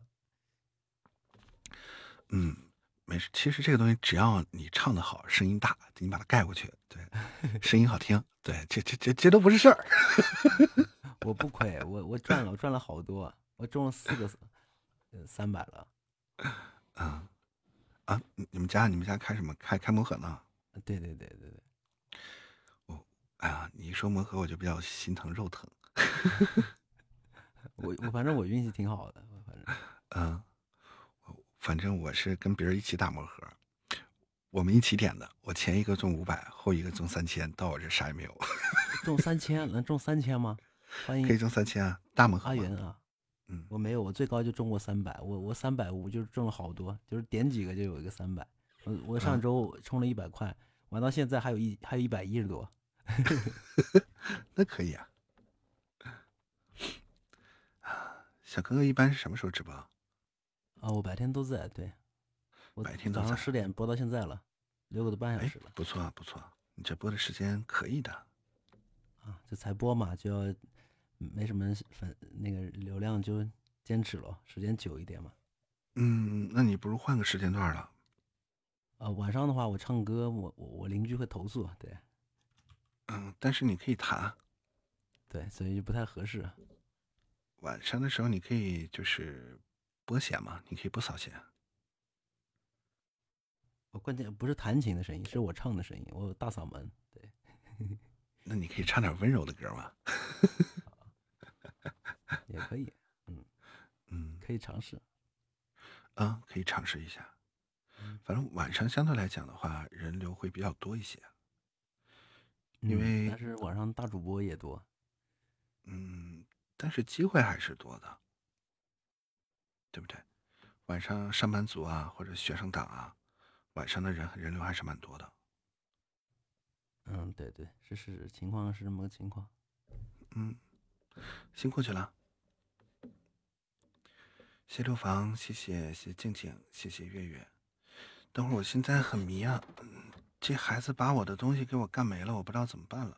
嗯，没事。其实这个东西只要你唱的好，声音大，你把它盖过去，对，声音好听，对，这这这这都不是事儿。 我不亏，我我赚了，我赚了好多，我中了四个呃三百了。 嗯啊，你们家你们家开什么？开开魔盒呢？ 对对对对对。 哎呀，你一说魔盒我就比较心疼肉疼。 我我反正我运气挺好的，反正嗯，反正我是跟别人一起打魔盒，我们一起点的。我前一个中五百，后一个中三千，到我这啥也没有。 中三千能中三千吗？欢迎可以中三千啊，大魔盒。 阿元啊， 嗯， 我没有，我最高就中过三百，我我三百五就中了好多，就是点几个就有一个三百。我我上周充了一百块，玩到现在还有一还有一百一十多。 那可以啊。小哥哥一般是什么时候直播？ 啊，我白天都在，对，我白天都在。 早上十点播到现在了，六个多半小时了。 不错啊，不错，你这播的时间可以的。 啊，这才播嘛，就要没什么粉那个流量，就坚持咯，时间久一点嘛。 嗯，那你不如换个时间段了。 啊，晚上的话我唱歌，我我我邻居会投诉，对。 嗯，但是你可以弹。 对，所以就不太合适。 晚上的时候你可以就是拨弦嘛，你可以拨扫弦。 我关键不是弹琴的声音，是我唱的声音，我有大嗓门。对。 那你可以唱点温柔的歌吗？ 也可以，嗯嗯， 可以尝试。 啊，可以尝试一下。反正晚上相对来讲的话，人流会比较多一些。因为、 嗯、但是晚上大主播也多。 嗯，但是机会还是多的，对不对？晚上上班族啊，或者学生党啊，晚上的人人流还是蛮多的。 嗯，对对，是是情况是这么个情况。 嗯，辛苦去了。 谢六房，谢谢谢静静，谢谢月月。等会儿我现在很迷啊，这孩子把我的东西给我干没了，我不知道怎么办了。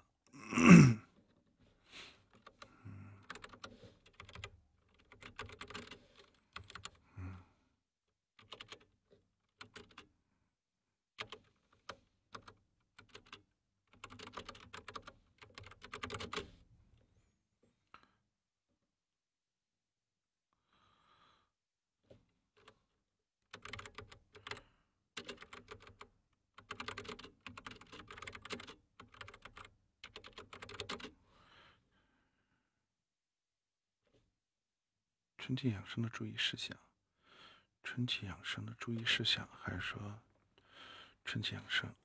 春季养生的注意事项，春季养生的注意事项，还是说春季养生？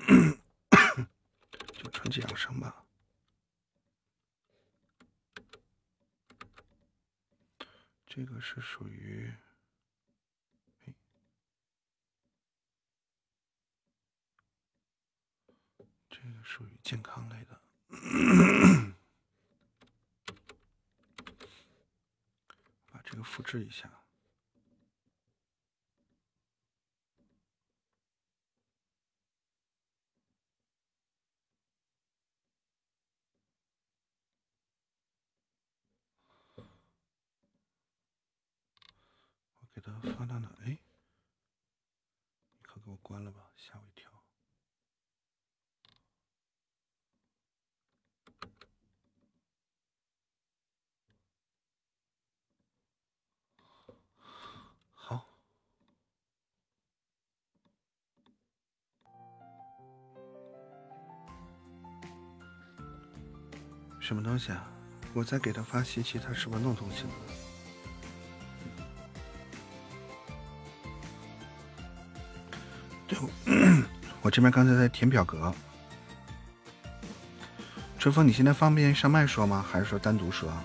就春季养生吧。这个是属于，哎，这个属于健康类的。这个复制一下，我给他发到哪？哎，你可给我关了吧，吓我一跳。什么东西啊？我再给他发信息，他是不是弄东西了？对，我这边刚才在填表格。春风，你现在方便上麦说吗？还是说单独说？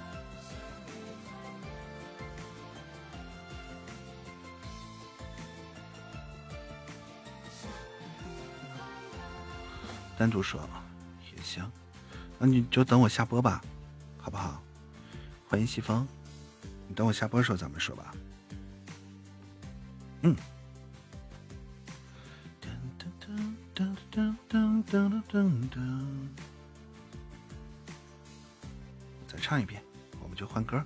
单独说也行。那你就等我下播吧，好不好？欢迎西风，你等我下播的时候咱们说吧。嗯。再唱一遍，我们就换歌。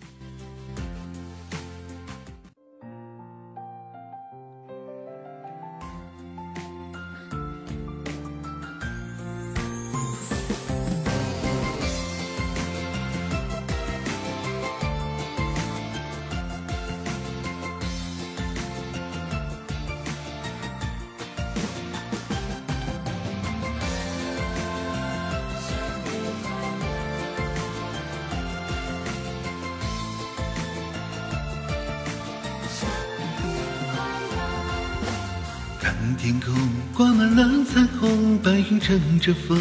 天空挂满了彩虹，白云乘着风，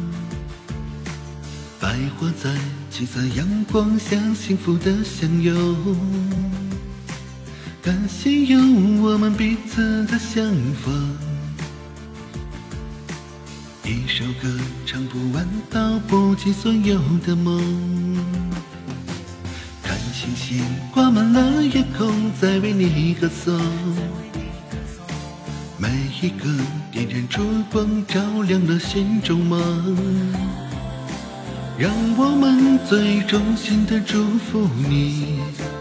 百花在七色阳光下幸福的相拥。感谢有我们彼此的相逢，一首歌唱不完，道不尽所有的梦。看星星挂满了夜空，在为你歌颂。每一个点燃烛光，照亮了心中梦，让我们最衷心的祝福你，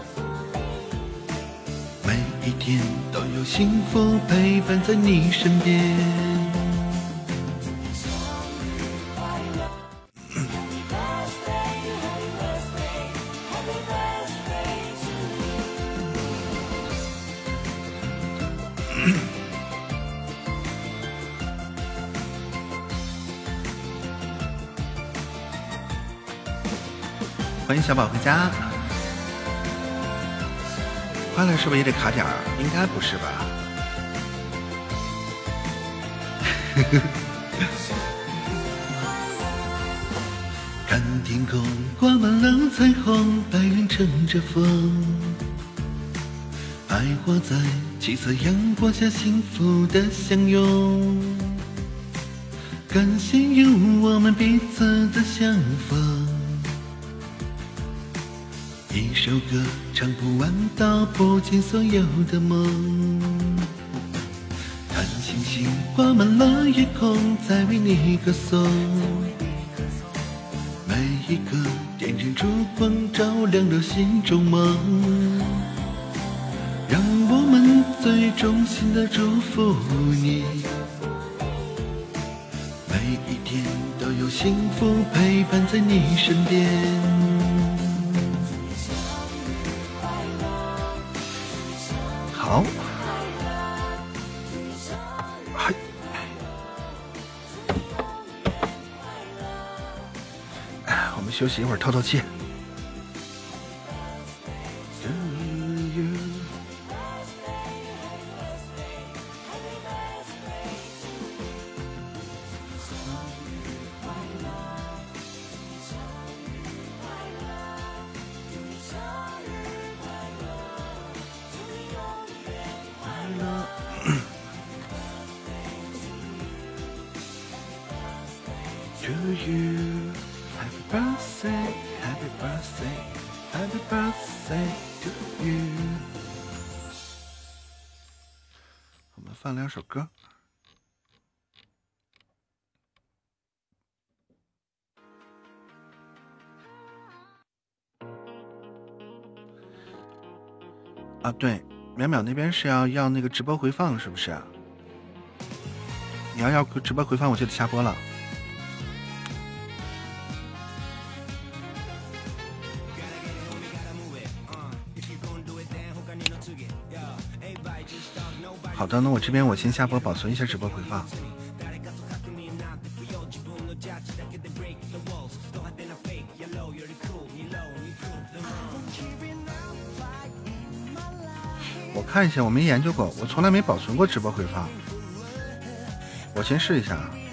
每一天都有幸福陪伴在你身边。欢迎小宝回家，快乐是不是也得卡点儿？应该不是吧？看天空挂满了彩虹，白云乘着风，百花在七色阳光下幸福的相拥。感谢有我们彼此的相逢， 一首歌唱不完，道不尽所有的梦。看星星挂满了夜空，在为你歌颂。每一个点点烛光，照亮了心中梦。让我们最衷心的祝福你，每一天都有幸福陪伴在你身边。好，嗨，我们休息一会儿，透透气。放两首歌。啊，对，淼淼那边是要要那个直播回放，是不是？你要要直播回放，我就得下播了。好的，那我这边我先下播，保存一下直播回放。我看一下，我没研究过，我从来没保存过直播回放。我先试一下啊。